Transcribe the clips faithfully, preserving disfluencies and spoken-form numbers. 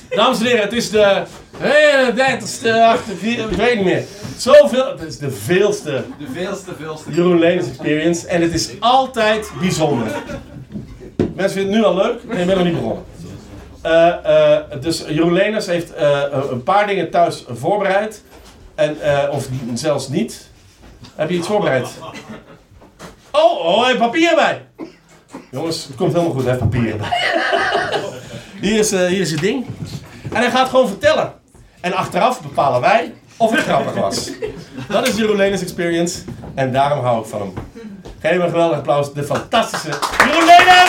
Dames en heren, het is de eenendertigste, achtenveertigste, ik weet niet meer. Zoveel, het is de veelste. De veelste, veelste. Jeroen Leners Experience. En het is altijd bijzonder. Mensen vinden het nu al leuk, maar je bent nog niet begonnen. Uh, uh, dus Jeroen Leners heeft uh, een paar dingen thuis voorbereid. En, uh, of zelfs niet. Heb je iets voorbereid? Oh, oh, hij papier bij. Jongens, het komt helemaal goed, hij heeft papier bij. Hier is, uh, hier is het ding. En hij gaat gewoon vertellen. En achteraf bepalen wij of het grappig was. Dat is Jeroen Leners Experience. En daarom hou ik van hem. Geef hem een geweldig applaus. De fantastische Jeroen Leners!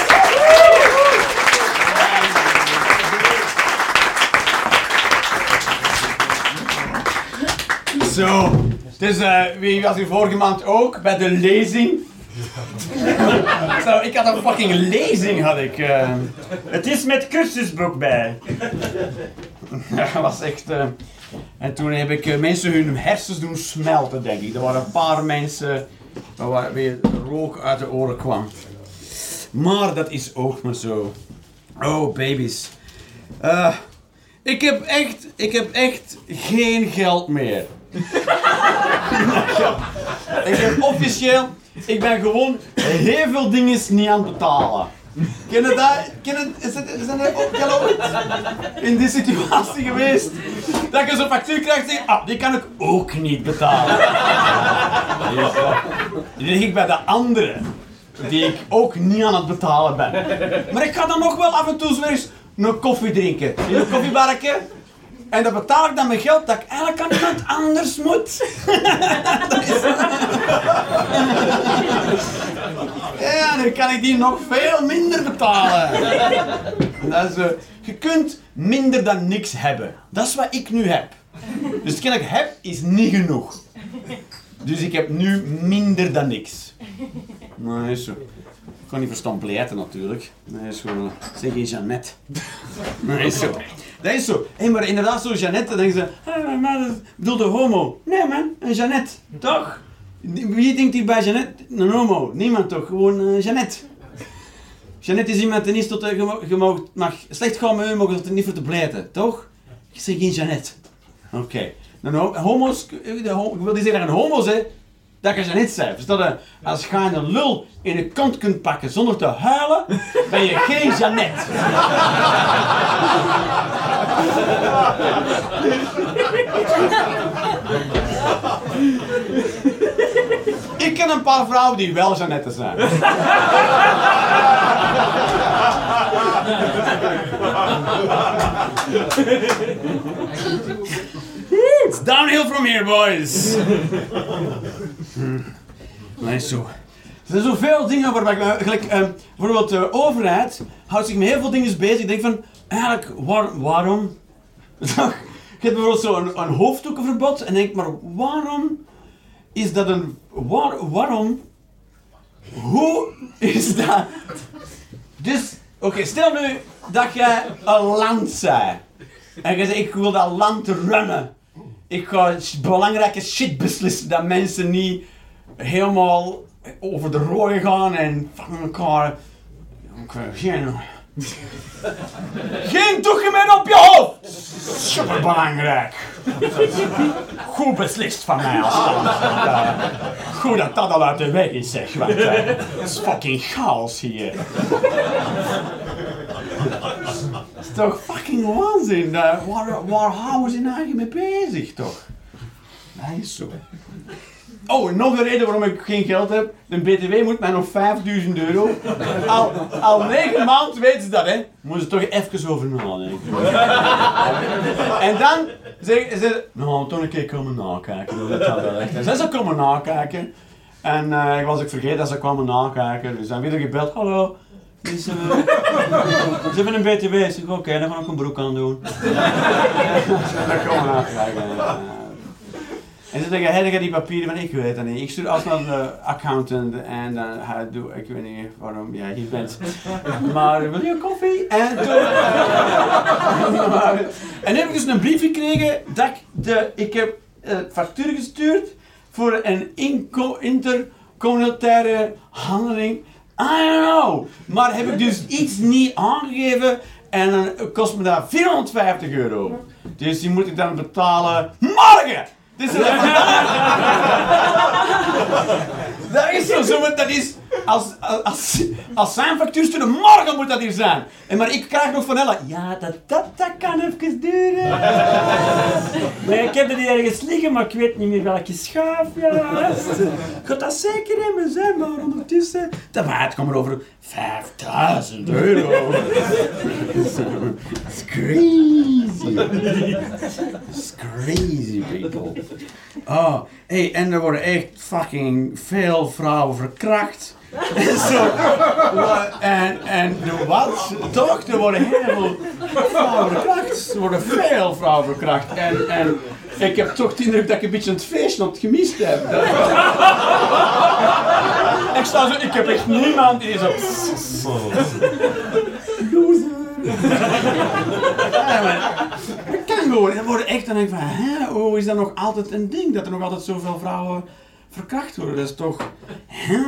Zo, dus uh, wie was hier vorige maand ook bij de lezing? Zo, ik had een fucking lezing, had ik. Uh... Het is met cursusboek bij. Dat was echt... Uh... En toen heb ik uh, mensen hun hersens doen smelten, denk ik. Er waren een paar mensen waar weer rook uit de oren kwam. Maar dat is ook maar zo. Oh, baby's. Uh, ik heb echt, ik heb echt geen geld meer. Ik heb officieel, ik ben gewoon heel veel dingen niet aan het betalen. Ken je dat? Ken je, is het, is dat ook al ooit in die situatie geweest? Dat je zo'n factuur krijgt en zegt, ah, die kan ik ook niet betalen. Die lig ik bij de anderen, die ik ook niet aan het betalen ben. Maar ik ga dan nog wel af en toe zo eens een koffie drinken. In een koffiebarretje. En dan betaal ik dan mijn geld dat ik eigenlijk aan iemand anders moet. Dat is... Ja, dan kan ik die nog veel minder betalen. Dat is, uh, je kunt minder dan niks hebben. Dat is wat ik nu heb. Dus hetgeen dat ik heb is niet genoeg. Dus ik heb nu minder dan niks. Nou, is zo. Ik kan niet verstaan pleiten natuurlijk. Dat is gewoon... Zeg je Jeannette. Dat is zo. Dat is zo. Hé, hey, maar inderdaad zo Jeannette, dan denken ze... Ah, maar dat bedoelt een homo. Nee man, een Jeannette. Toch? Wie denkt hier bij Jeannette? Een homo. Niemand toch? Gewoon uh, Jeannette. Jeannette is iemand die niet tot... Uh, je mag, mag slecht gaan met u, maar je er niet voor te pleiten. Toch? Ik zeg geen Jeannette. Oké. Okay. Homo's... Ik wil niet zeggen dat een homo is, dat je Jeannette zei. Verstaan je? Als je een lul in de kont kunt pakken zonder te huilen, ben je geen Jeannette. Ik ken een paar vrouwen die wel Jeannette zijn. It's downhill from here, boys. Nee, zo. Er zijn zoveel dingen waarbij ik me... Gelijk, um, bijvoorbeeld de overheid houdt zich met heel veel dingen bezig. Ik denk van, eigenlijk, waar, waarom? Je hebt bijvoorbeeld zo een, een hoofddoekenverbod en denk maar, waarom is dat een... Waar, waarom? Hoe is dat? Dus, oké, okay, stel nu dat jij een land zei. En je zegt, ik wil dat land runnen. Ik ga belangrijke shit beslissen dat mensen niet helemaal over de rooien gaan en van elkaar... Geen... Geen doekje meer op je hoofd! Superbelangrijk! Goed beslist van mij als land. Uh, goed dat dat al uit de weg is, zeg. Want uh, het is fucking chaos hier. Dat is toch fucking waanzin. Uh, waar, waar houden ze nou mee bezig, toch? Dat is zo. Oh, nog een reden waarom ik geen geld heb. De B T W moet mij nog vijfduizend euro. Al, al negen maanden weten ze dat, hè. Moeten ze toch even over nadenken. En dan zeggen ze... Nou, toch een keer komen nakijken. Dat gaat wel echt. En zijn ze komen nakijken. En uh, ik was ook vergeten dat ze kwamen nakijken. Dus dan weer gebeld. Hallo. Dus, uh, ze hebben een B T W. Ik zeg, oké, okay, dan ga ik een broek aan doen. En dan komen nakijken. En ze zeggen, heb je die papieren? Maar ik weet het niet. Ik stuur alsnog naar de accountant en dan uh, doe ik weet niet waarom jij hier bent. Maar wil je een koffie? En toen... Uh, en dan heb ik dus een brief gekregen dat ik de... Ik heb uh, factuur gestuurd voor een inco- intercommunautaire handeling. I don't know. Maar heb ik dus iets niet aangegeven En dan kost me dat vierhonderdvijftig euro. Dus die moet ik dan betalen morgen! Dus dat, dat is zo, zo, dat is, als, als, als zijn factuur sturen, morgen moet dat hier zijn. En maar ik krijg nog van Ella, ja, dat, dat, dat kan even duren. Maar ik heb er hier ergens liggen, maar ik weet niet meer welke schaaf juist. Gaat dat zeker hebben zijn, maar ondertussen... Dat het komt er over vijfduizend euro. It's crazy. It's crazy, people. Oh, hey, en er worden echt fucking veel vrouwen verkracht. En zo. En, en de wat? Toch, er worden heel veel vrouwen verkracht. Er worden veel vrouwen verkracht. En, en ik heb toch de indruk dat ik een beetje het feestje op het gemist heb. Ik sta zo, ik heb echt niemand die zo... Loser. Ja, maar dat kan gewoon. En dan worden echt, dan denk ik van, hè, hoe is dat nog altijd een ding? Dat er nog altijd zoveel vrouwen verkracht worden. Dat is toch... Hè?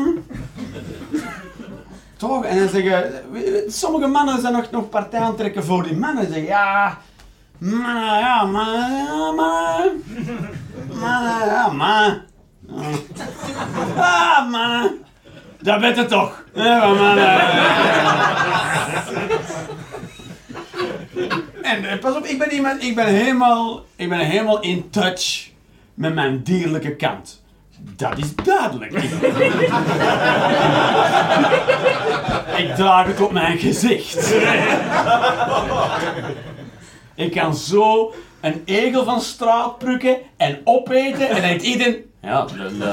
Toch? En dan zeggen... Sommige mannen zijn nog, nog partij aan trekken voor die mannen. Zeggen, ja... Maar, ja, maar... Ja, maar... Maar, ja, maar... Ah, maar... Dat bent het toch. Ja, maar... En pas op, ik ben iemand, ik ben helemaal, ik ben helemaal in touch met mijn dierlijke kant. Dat is duidelijk. Ik draag het op mijn gezicht. Ik kan zo een egel van straat plukken en opeten en dan heeft iedereen... Ja, dat, dat,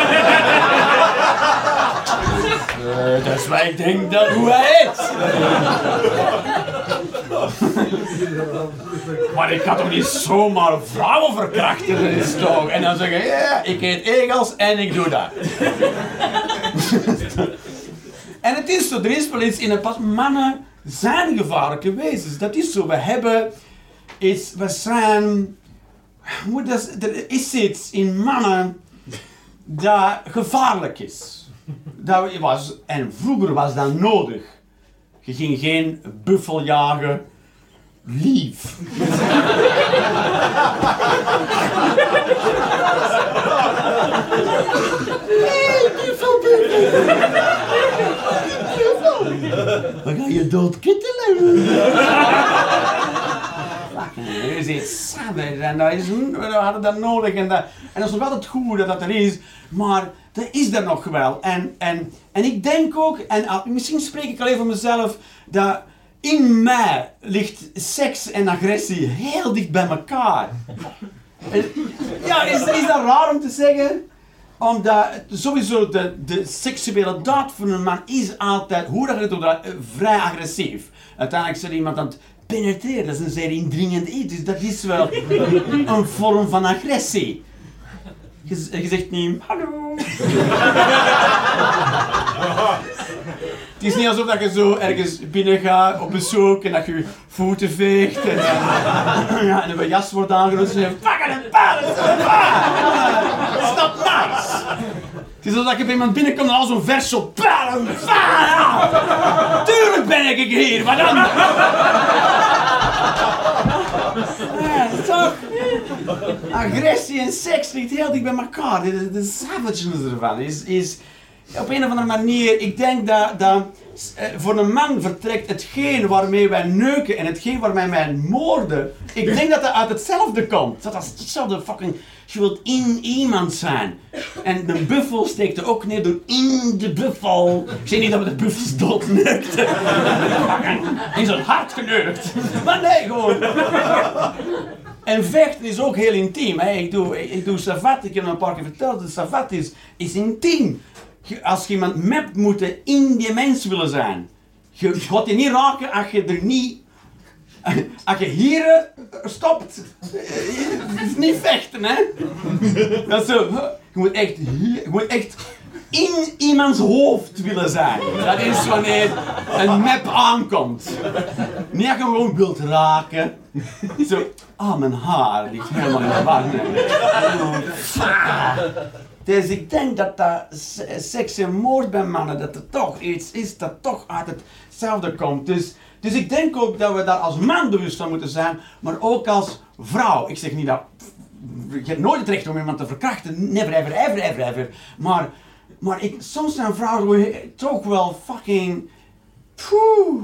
uh, dat is waar ik denk dat hoe hij heet. Maar ik kan toch niet zomaar vrouwen verkrachten, dat is toch... En dan zeggen, ja, ik eet egels en ik doe dat. En het is zo, er is wel iets in het pas. Mannen zijn gevaarlijke wezens, dat is zo. We hebben iets, we zijn... Hoe dat, er is iets in mannen dat gevaarlijk is. Dat was, en vroeger was dat nodig. Je ging geen buffel jagen, lief. Nee, buffel, buffel. Dan ga je dood kittelen. Er is iets savage en dat is, we hadden dat nodig en dat, en dat is nog altijd goed dat dat er is, maar dat is er nog wel. En, en, en ik denk ook, en misschien spreek ik alleen voor mezelf, dat in mij ligt seks en agressie heel dicht bij elkaar. En, ja, is, is dat raar om te zeggen? Omdat sowieso de, de seksuele daad van een man is altijd, hoe dat je het ook doet, vrij agressief. Uiteindelijk is er iemand aan het penetreren, dat is een zeer indringend iets, dus dat is wel een vorm van agressie. Je, je zegt niet, hallo. Het is niet alsof dat je zo ergens binnen gaat op bezoek en dat je je voeten veegt en, ja, en een jas wordt aangenomen en je fucking een paard, dat is not nice. Het is alsof je bij iemand binnenkomt en al zo'n vers zo, tuurlijk ben ik hier, maar dan... Ja, toch? Agressie en seks ligt heel dicht bij elkaar. De, de savageness ervan is, is op een of andere manier, ik denk dat, dat voor een man vertrekt hetgeen waarmee wij neuken en hetgeen waarmee wij moorden, ik denk dat dat uit hetzelfde komt. Dat is hetzelfde fucking, je wilt in iemand zijn. En de buffel steekt er ook neer door in de buffel. Ik zeg niet dat we de buffels doodneukten. In zijn hart geneukt. Maar nee, gewoon. En vechten is ook heel intiem. Hè. Ik doe, ik, ik doe savat, ik heb het een paar keer verteld, de savat is, is intiem. Als je iemand mept, moet je in die mens willen zijn. Je gaat je niet raken als je er niet... Als je hier stopt, het is niet vechten, hè. Dat is zo, je moet echt, je moet echt in iemands hoofd willen zijn. Dat is wanneer een map aankomt. Niet als je gewoon wilt raken. Zo, ah, mijn haar ligt helemaal in de wangen. Dus ik denk dat dat seks en moord bij mannen, dat er toch iets is dat toch uit hetzelfde komt. Dus Dus ik denk ook dat we daar als man bewust van moeten zijn, maar ook als vrouw. Ik zeg niet dat... Je hebt nooit het recht om iemand te verkrachten, never, ever, ever, ever, ever. Maar, maar ik, soms zijn vrouwen toch wel fucking... Poeh.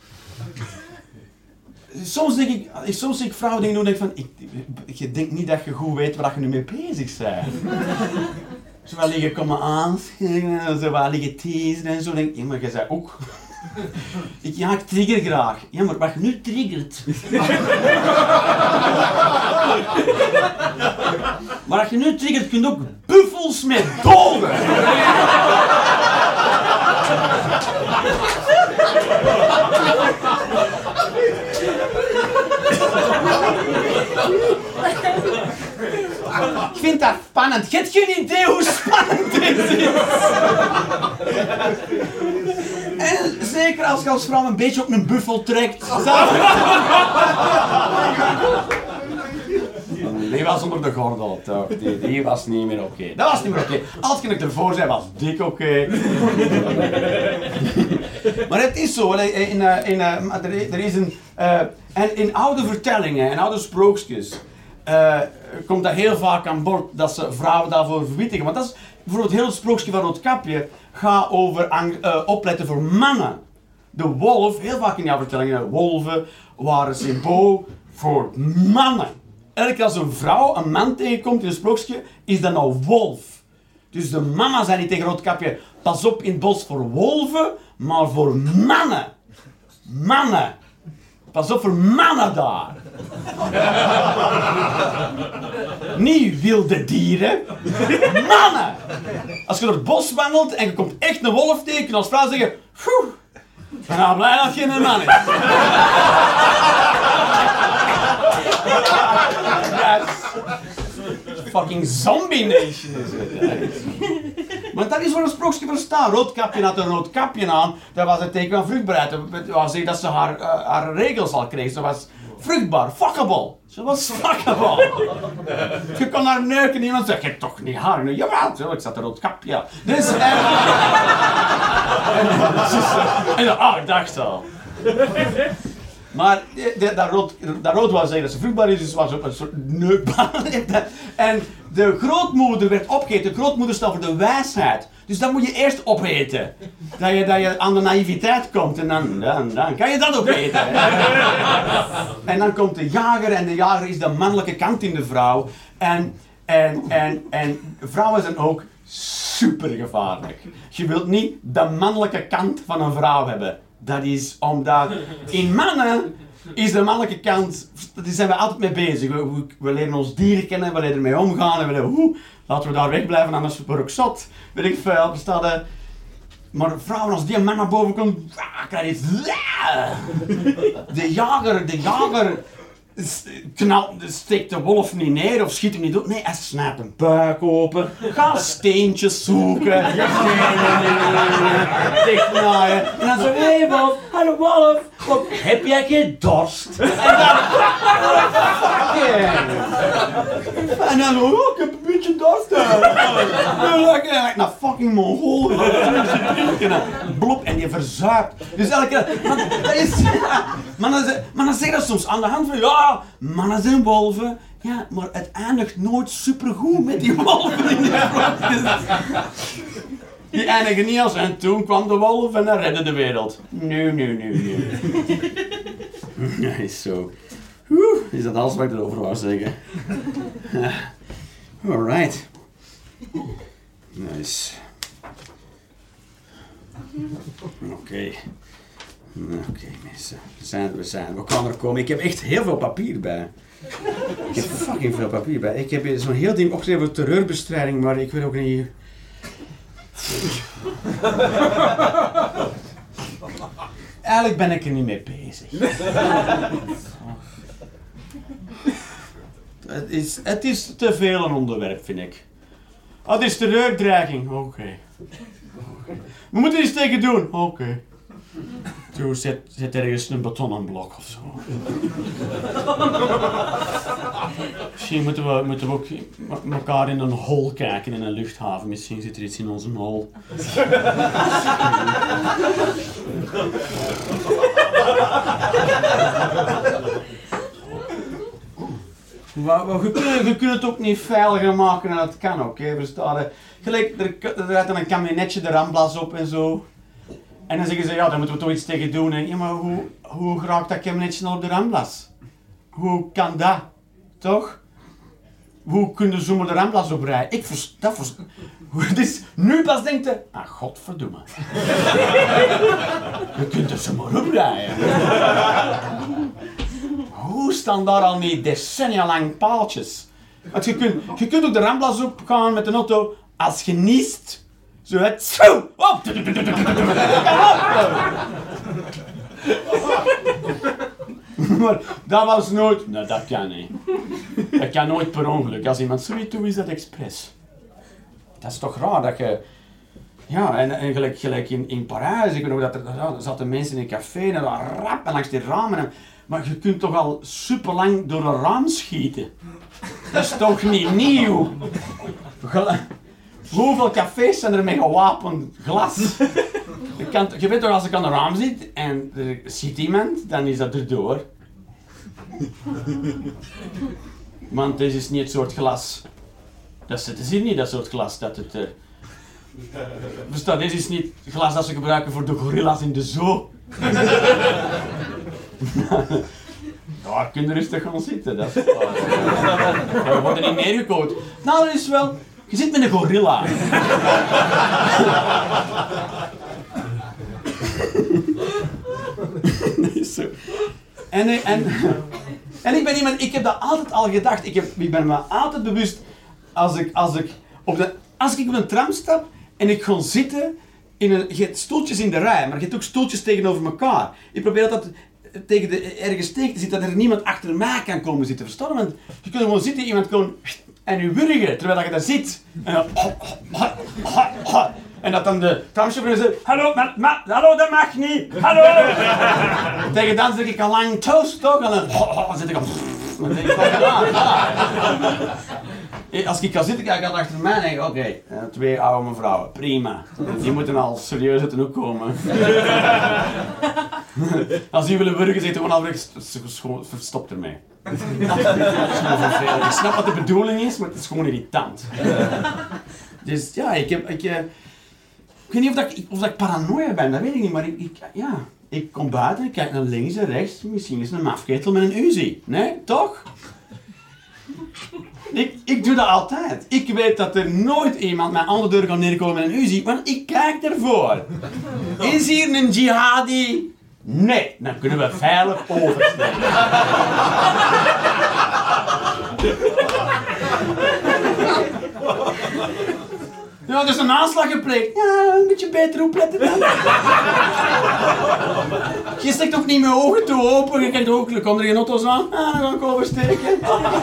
Soms denk ik, soms denk ik vrouwen dingen doen, denk ik van, ik, je denkt niet dat je goed weet waar je nu mee bezig bent. Zo wel liggen komen aanschrijven, zo wel liggen teasen en zo, denk ik, ja, maar jij zei ook. Ik, ja, ik trigger graag. Ja, maar wat je nu triggert. Maar als je nu triggert, kun je ook buffels met doden. Ik vind dat spannend. Je hebt geen idee hoe spannend dit is. En zeker als je als vrouw een beetje op een buffel trekt. Die was onder de gordel, toch? Die, die was niet meer oké. Okay. Dat was niet meer oké. Okay. Als je ervoor zei, was dik oké. Okay. Maar het is zo. In, in, in, er is een, uh, en in oude vertellingen en oude sprookjes uh, komt dat heel vaak aan bod dat ze vrouwen daarvoor verwittigen. Want dat is bijvoorbeeld heel het sprookje van Roodkapje gaat over uh, opletten voor mannen. De wolf, heel vaak in jouw vertellingen, wolven waren symbool voor mannen. Elke keer als een vrouw een man tegenkomt in een sprookje, is dat nou wolf. Dus de mama zei niet tegen Roodkapje, pas op in het bos voor wolven, maar voor mannen. Mannen. Pas op voor mannen daar. Niet wilde dieren. Mannen. Als je door het bos wandelt en je komt echt een wolf tegen, kun je als vrouw zeggen, "Phew, ik ben nou blij dat je een man is." Yes. Fucking zombie nation is het. Maar dat is waar een sprookje voor staat. Roodkapje had een rood kapje aan. Dat was het teken van vruchtbaarheid. Dat was zeggen dat ze haar, uh, haar regels al kreeg. Ze was vruchtbaar, fuckable. Ze was fuckable. Je kon haar neuken en iemand zegt, je hebt toch niet haar? Nee, jawel, zo, ik zat een rood kapje. Dus, en... en dan, ah, ik dacht al. Maar de, de, dat, rood, dat rood wou zeggen dat ze vruchtbaar is, dus ze was op een soort neukbaan. En de grootmoeder werd opgegeten. De grootmoeder staat voor de wijsheid. Dus dat moet je eerst opeten. Dat je, dat je aan de naïviteit komt en dan, dan, dan kan je dat opeten. En dan komt de jager en de jager is de mannelijke kant in de vrouw. En, en, en, en vrouwen zijn ook super gevaarlijk. Je wilt niet de mannelijke kant van een vrouw hebben. Dat is omdat in mannen is de mannelijke kant, daar zijn we altijd mee bezig. We, we leren ons dieren kennen, we leren ermee omgaan en we leren, oeh, laten we daar wegblijven, anders word ik zot. Weet ik veel, bestaat er. Maar vrouwen, als die man naar boven komt, krijg je de jager, de jager knalt, steekt de wolf niet neer of schiet hem niet dood. Nee, hij snijdt een buik open, gaat steentjes zoeken, dichtnaaien. En dan zo, hé hey, wolf, hallo wolf, wat, heb jij geen dorst? En dan, en dan zo, oh, ik heb een beetje dorst. En dan fucking Mongool. Blop, en je verzuipt. Dus elke keer, man, dat is, mannen, mannen zeggen dat soms aan de hand van, ja, mannen zijn wolven. Ja, maar het eindigt nooit supergoed met die wolven in de vlotjes. Die eindigen niet als, en toen kwam de wolf en hij redde de wereld. Nee, nee, nee, nee. Ja, is zo. Oeh, is dat alles wat ik erover wou zeggen? Alright. Nice. Oké. Okay. Oké, okay, mensen. We zijn, we zijn. We gaan er komen. Ik heb echt heel veel papier bij. Ik heb fucking veel papier bij. Ik heb zo'n heel ding opgeschreven voor terreurbestrijding, maar ik weet ook niet... Eigenlijk ben ik er niet mee bezig. Het is, het is te veel een onderwerp, vind ik. Oh, het is terreurdreiging. Oké. Okay. Okay. We moeten iets tegen doen. Oké. Okay. Toen zet, zet ergens een betonnen blok of zo. Misschien moeten we, moeten we ook elkaar in een hol kijken in een luchthaven. Misschien zit er iets in onze hol. Maar, maar je, kunt, je kunt het ook niet veiliger maken en dat kan ook, hè, verstaan je? Gelijk, er, er rijdt een kamionetje de Ramblas op en zo. En dan zeggen ze, ja, daar moeten we toch iets tegen doen. En, ja, maar hoe, hoe raakt dat kamionetje nou op de Ramblas? Hoe kan dat? Toch? Hoe kun je zomaar de Ramblas oprijden? Ik vers, dat vers, dus nu pas denkt je, ah, godverdomme. Je kunt er zomaar oprijden. Hoe staan daar al niet decennia lang paaltjes? Want je kunt, je kunt ook de Ramblas opgaan met een auto als je niest. Zo het zo op. Maar dat was nooit... Nee, dat kan niet. Dat kan nooit per ongeluk. Als iemand zoiets doet, is dat expres. Dat is toch raar dat je... Ja, en, en gelijk, gelijk in, in Parijs, ik weet nog dat er, ja, er zaten mensen in een café en dan rap en langs die ramen. En, maar je kunt toch al super lang door een raam schieten? Dat is toch niet nieuw? Hoeveel cafés zijn er met gewapend glas? Je, kan, je weet toch, als ik aan een raam zit en er ziet iemand, dan is dat erdoor. Want dit is niet het soort glas. Dat is hier niet dat soort glas dat het... Uh, Verstaan, dit is niet het glas dat ze gebruiken voor de gorilla's in de zoo. Daar kun je rustig gaan zitten. Dat is we worden niet neergekocht. Nou, dat is wel... Je zit met een gorilla. Zo. En, en, en ik ben iemand, ik heb dat altijd al gedacht. Ik, heb, ik ben me altijd bewust als ik, als ik, op, de, als ik op een tram stap en ik ga zitten. In een, je hebt stoeltjes in de rij, maar je hebt ook stoeltjes tegenover elkaar. Ik probeer altijd tegen de, ergens tegen te zitten dat er niemand achter mij kan komen zitten. Verstaan? Want je kunt gewoon zitten, iemand gewoon en je wurgen terwijl je daar zit. En dan, en dat dan de tramchauffeur zegt, hallo, ma, ma, hallo, dat mag niet, hallo. Tegen dan zeg ik al lang toast toch, en dan, dan zit ik al, dan denk ik van, ja, ja. Als ik kan zitten, kijk ik al achter mij en denk ik, oké, okay, twee oude mevrouwen, prima. Die moeten al serieus uit de hoek komen. Als die willen wurgen, zegt gewoon al weg, stop ermee. Ik snap wat de bedoeling is, maar het is gewoon irritant. Dus ja, ik heb... Ik, uh, ik weet niet of, dat ik, of dat ik paranoia ben, dat weet ik niet, maar ik, ik, ja, ik kom buiten, ik kijk naar links en rechts, misschien is het een mafketel met een Uzi. Nee, toch? Ik, ik doe dat altijd. Ik weet dat er nooit iemand mijn andere deur kan neerkomen met een Uzi, want ik kijk ervoor. Is hier een jihadi? Nee, dan kunnen we veilig oversteken. Ja, er is een aanslag gepleegd. Ja, een beetje beter opletten dan. Je steekt ook niet mijn ogen toe open. Je kijkt ook, er komen er geen auto's aan. Ah, dan ga ik oversteken.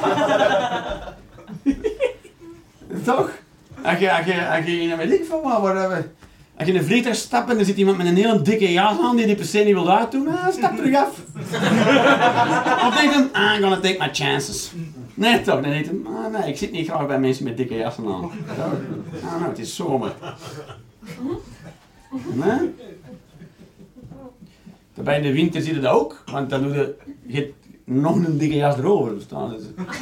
Toch? Als je, als je, als je in een weet ik van wat, waar we... Als je in een vliegtuig stapt en er zit iemand met een hele dikke jas aan die die per se niet wil uitdoen, ah, stap terug af. Of denk je, ah, I'm gonna take my chances. Nee toch, dan denk je, ah, nee, ik zit niet graag bij mensen met dikke jassen aan. Ah, nou, het is zomer. Nee? Daarbij in de winter zie je dat ook, want dan doe je, je hebt nog een dikke jas erover. Verstaan?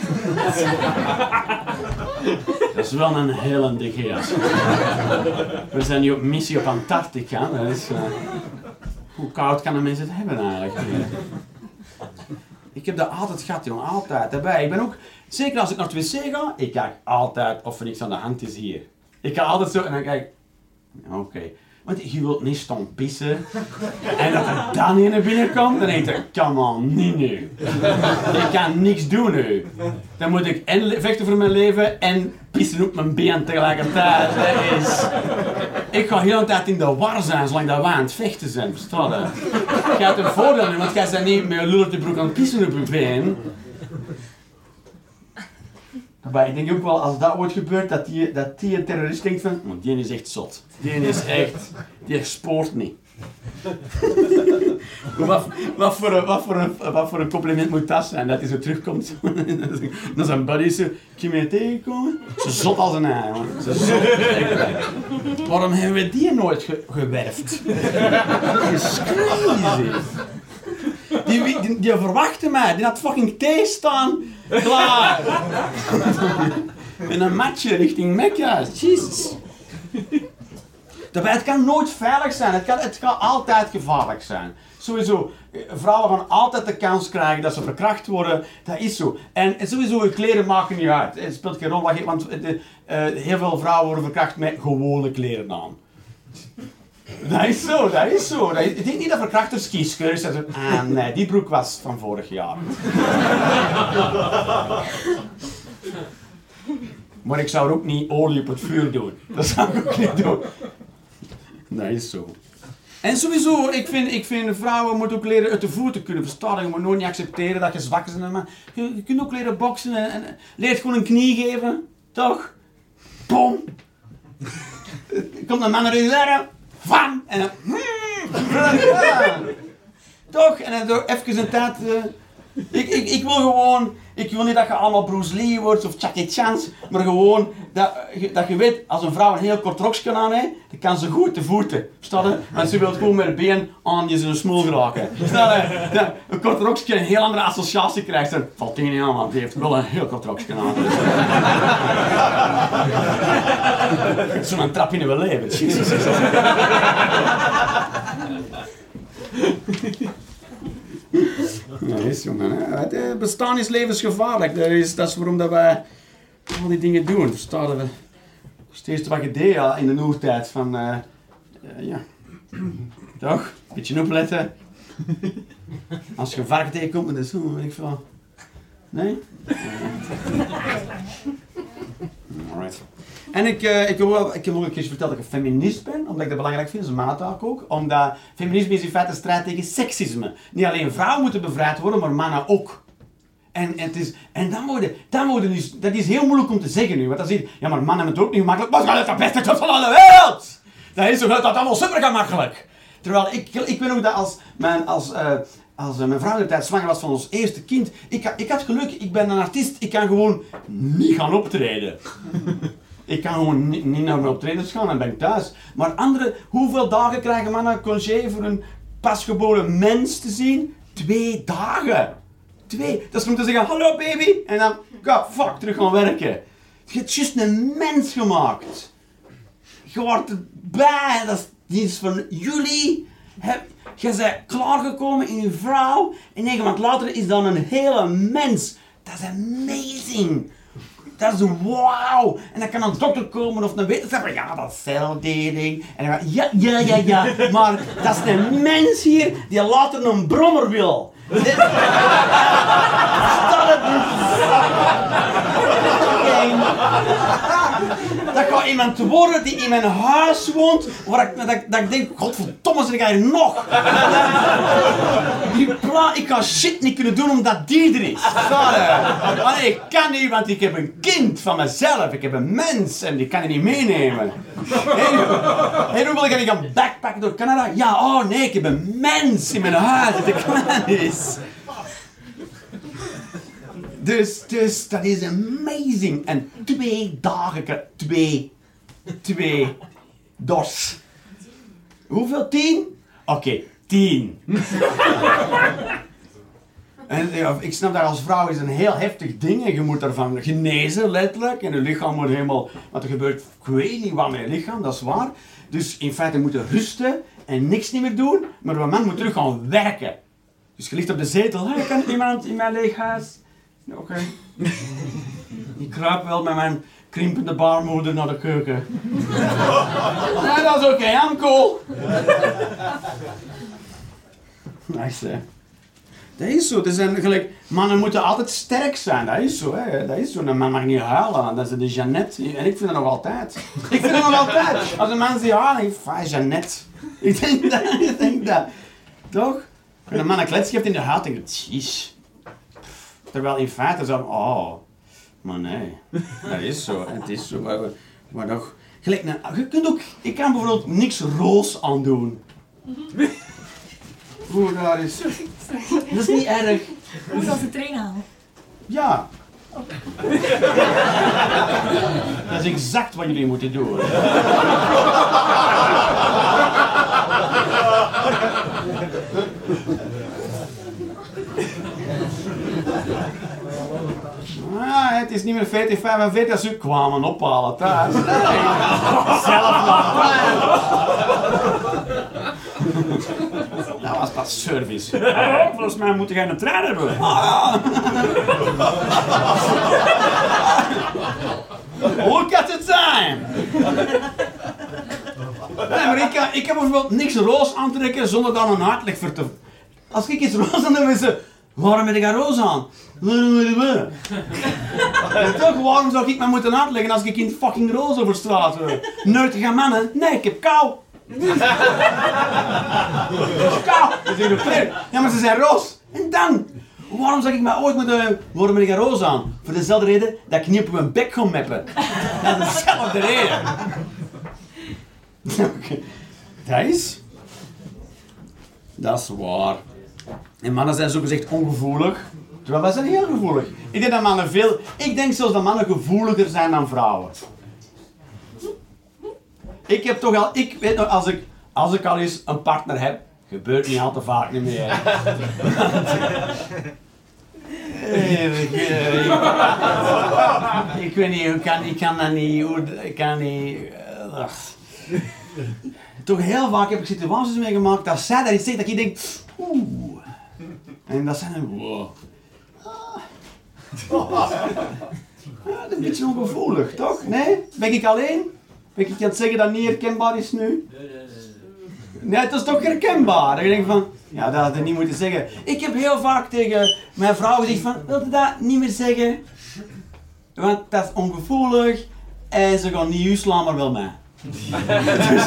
Dat is wel een hele dikke jas. We zijn nu op missie op Antarctica. Dat is, uh, hoe koud kan een mens het hebben eigenlijk? Ik heb dat altijd gehad, jongen, altijd. Daarbij. Ik ben ook, zeker als ik naar het wc ga, ik kijk altijd of er niks aan de hand is hier. Ik ga altijd zo en dan kijk oké. Okay. Want je wilt niet staan pissen. En dat er dan een naar binnen komt, dan denk je, come on, niet nu. Ik kan niks doen nu. Dan moet ik en vechten voor mijn leven en pissen op mijn been tegelijkertijd. Dat is... Ik ga heel de tijd in de war zijn, zolang dat we aan het vechten zijn, verstaan je? Je hebt een voordeel nu, want jij bent niet met je lul op de broek aan het pissen op je been. Maar ik denk ook wel, als dat ooit gebeurt, dat die, dat die een terrorist denkt van, oh, die is echt zot. Die is echt, die spoort niet. wat, wat, voor een, wat, voor een, wat voor een compliment moet dat zijn, dat hij zo terugkomt naar zijn buddy zo, kun je mee tegenkomen? Ze zot als een ei, man. Ze zot, echt. Waarom hebben we die nooit ge gewerfd? Dat is crazy. die, die verwachtte mij. Die had fucking thee staan. Klaar. En een matje richting Mekka. Jezus. Daarbij, het kan nooit veilig zijn. Het kan, het kan altijd gevaarlijk zijn. Sowieso, vrouwen gaan altijd de kans krijgen dat ze verkracht worden. Dat is zo. En sowieso, je kleren maken niet uit. Het speelt geen rol, want de, uh, heel veel vrouwen worden verkracht met gewone kleren aan. Dat is zo, dat is zo. Dat is, ik denk niet dat verkrachters kieskeurig zijn. Ah nee, die broek was van vorig jaar. Maar ik zou er ook niet olie op het vuur doen. Dat zou ik ook niet doen. Dat is zo. En sowieso, ik vind, ik vind vrouwen moeten ook leren uit de voeten kunnen verstaan. Je moet nooit niet accepteren dat je zwak bent. Maar je, je kunt ook leren boksen en, en leert gewoon een knie geven. Toch? Bom. Komt een man naar je zeggen. Van. En dan... Ja. Toch? En dan even een tijd... Uh, ik, ik, ik wil gewoon... Ik wil niet dat je allemaal Bruce Lee wordt of Jackie Chan, maar gewoon dat, dat je weet, als een vrouw een heel kort rokje aan heeft, dan kan ze goed de voeten. Verstaan je? En ze wil gewoon met een been aan je zijn smoel geraken. Verstaan je? Dat een kort rokje een heel andere associatie krijgt. Dan valt die niet aan, want die heeft wel een heel kort rokje aan. Zo'n trap in uw leven. Jezus. Ja, is jongen. Het bestaan is levensgevaarlijk. Dat is, dat is waarom dat wij al die dingen doen. Verstaan we steeds wat je deed ja, in de oertijd van... Uh, uh, ja. Toch? Beetje opletten. Als je een varken tegenkomt, dan is het zo, weet ik veel. Nee? Alright. En ik, uh, ik, heb wel, ik heb ook een keer verteld dat ik een feminist ben, omdat ik dat belangrijk vind, dat is een maataak ook. Omdat feminisme is in feite een strijd tegen seksisme. Niet alleen vrouwen moeten bevrijd worden, maar mannen ook. En, en, het is, en dan worden, dan worden dus, dat is heel moeilijk om te zeggen nu, want dan zie je, ja maar mannen hebben het ook niet gemakkelijk, maar het is het beste job van alle wereld! Dat is toch dat allemaal super gemakkelijk. Terwijl ik, ik weet ook dat als mijn, als, uh, als uh, mijn vrouw de tijd zwanger was van ons eerste kind, ik, ik had geluk, ik ben een artiest, ik kan gewoon niet gaan optreden. Ik kan gewoon niet, niet naar mijn optredens gaan en ben ik thuis. Maar anderen, hoeveel dagen krijgen mannen congé voor een pasgeboren mens te zien? Twee dagen. Twee. Dat is om te zeggen, hallo baby. En dan, ga fuck, terug gaan werken. Je hebt juist een mens gemaakt. Je wordt erbij. Dat is, die is van jullie. Je bent klaargekomen in je vrouw. En negen maanden later is dan een hele mens. Dat is amazing. Dat is wauw. En dan kan een dokter komen of een wetenschapper. Ja, dat is celdeling. En dan gaat, ja, ja, ja, ja. Maar dat is een mens hier die later een brommer wil. Dit... Dat gaat iemand worden die in mijn huis woont, waar ik, dat, dat ik denk, godverdomme, zit ik hier nog? Die pla- ik ga shit niet kunnen doen omdat die er is. Maar nee, ik kan niet, want ik heb een kind van mezelf, ik heb een mens en die kan ik niet meenemen. En hoe wil ik gaan backpacken door Canada? Ja, oh nee, ik heb een mens in mijn huis dat ik klein is. Dus, dus, dat is amazing. En twee dagen, twee, twee, dos. Hoeveel? Tien? Oké, okay, tien. En ja, ik snap dat als vrouw is een heel heftig ding en je moet daarvan genezen, letterlijk. En je lichaam moet helemaal, want er gebeurt, ik weet niet wat met je lichaam, dat is waar. Dus in feite moet je rusten en niks niet meer doen, maar een man moet terug gaan werken. Dus je ligt op de zetel, hey, kan iemand in mijn leeg huis? Oké. Okay. Ik kruip wel met mijn krimpende baarmoeder naar de keuken. Nee, dat is oké, okay, I'm cool. Nice, hè. Dat is zo. Dat zijn gelijk, mannen moeten altijd sterk zijn. Dat is zo, hè. Dat is zo. Een man mag niet huilen. Dat is de Jeannette. En ik vind dat nog altijd. Ik vind dat nog altijd. Als een man zegt, ah, ik vind Jeannette. Ik denk dat. Ik denk dat. Toch? Als een man een klets geeft in de huid, denk ik, jeez. Terwijl in feite zo, oh, maar nee, dat is zo, het is zo, maar, maar nog, gelijk, nou, je kunt ook, ik kan bijvoorbeeld niks roos aan doen. Hoe dat is, dat is niet erg. Moet je als een train halen? Ja. Dat is exact wat jullie moeten doen. Ah, het is niet meer veertien vijfenveertig als ze kwamen ophalen thuis. Nee. Zelf laten. Dat was pas service. Oh, volgens mij moet jij een trein hebben. Look at the time! Nee, maar ik, ik heb bijvoorbeeld niks roos aantrekken zonder daar een uitleg voor te... Als ik iets roos aan heb, is ze... Waarom heb ik een roos aan? En toch, waarom zou ik me moeten uitleggen als ik in fucking roos over straat loop? Nuttige mannen? Nee, ik heb kou. Kou! Ja, maar ze zijn roos. En dan? Waarom zou ik me ooit moeten... Waarom heb ik een roos aan? Voor dezelfde reden dat ik niet op mijn bek ga meppen. Dat is dezelfde reden. Dat is... Dat is waar. En mannen zijn zogezegd ongevoelig. Terwijl wij zijn heel gevoelig. Ik denk dat mannen veel... Ik denk zelfs dat mannen gevoeliger zijn dan vrouwen. Ik heb toch al... Ik weet nog, als ik, als ik al eens een partner heb... Gebeurt niet al te vaak niet meer. ik, ik, ik weet niet, ik kan, ik kan dat niet... Ik kan niet... Uh, toch heel vaak heb ik situaties meegemaakt dat zij dat iets zegt dat ik denk... Oeh... En dat zijn een... Wow. Ah. Dat is een beetje ongevoelig, toch? Nee? Ben ik alleen? Ben ik aan het zeggen dat het niet herkenbaar is nu? Nee, het is toch herkenbaar. Dat je denkt van... Ja, dat had je niet moeten zeggen. Ik heb heel vaak tegen mijn vrouw gezegd van... Wil je dat niet meer zeggen? Want dat is ongevoelig. En ze gaan niet u slaan, maar wel mij. Dus...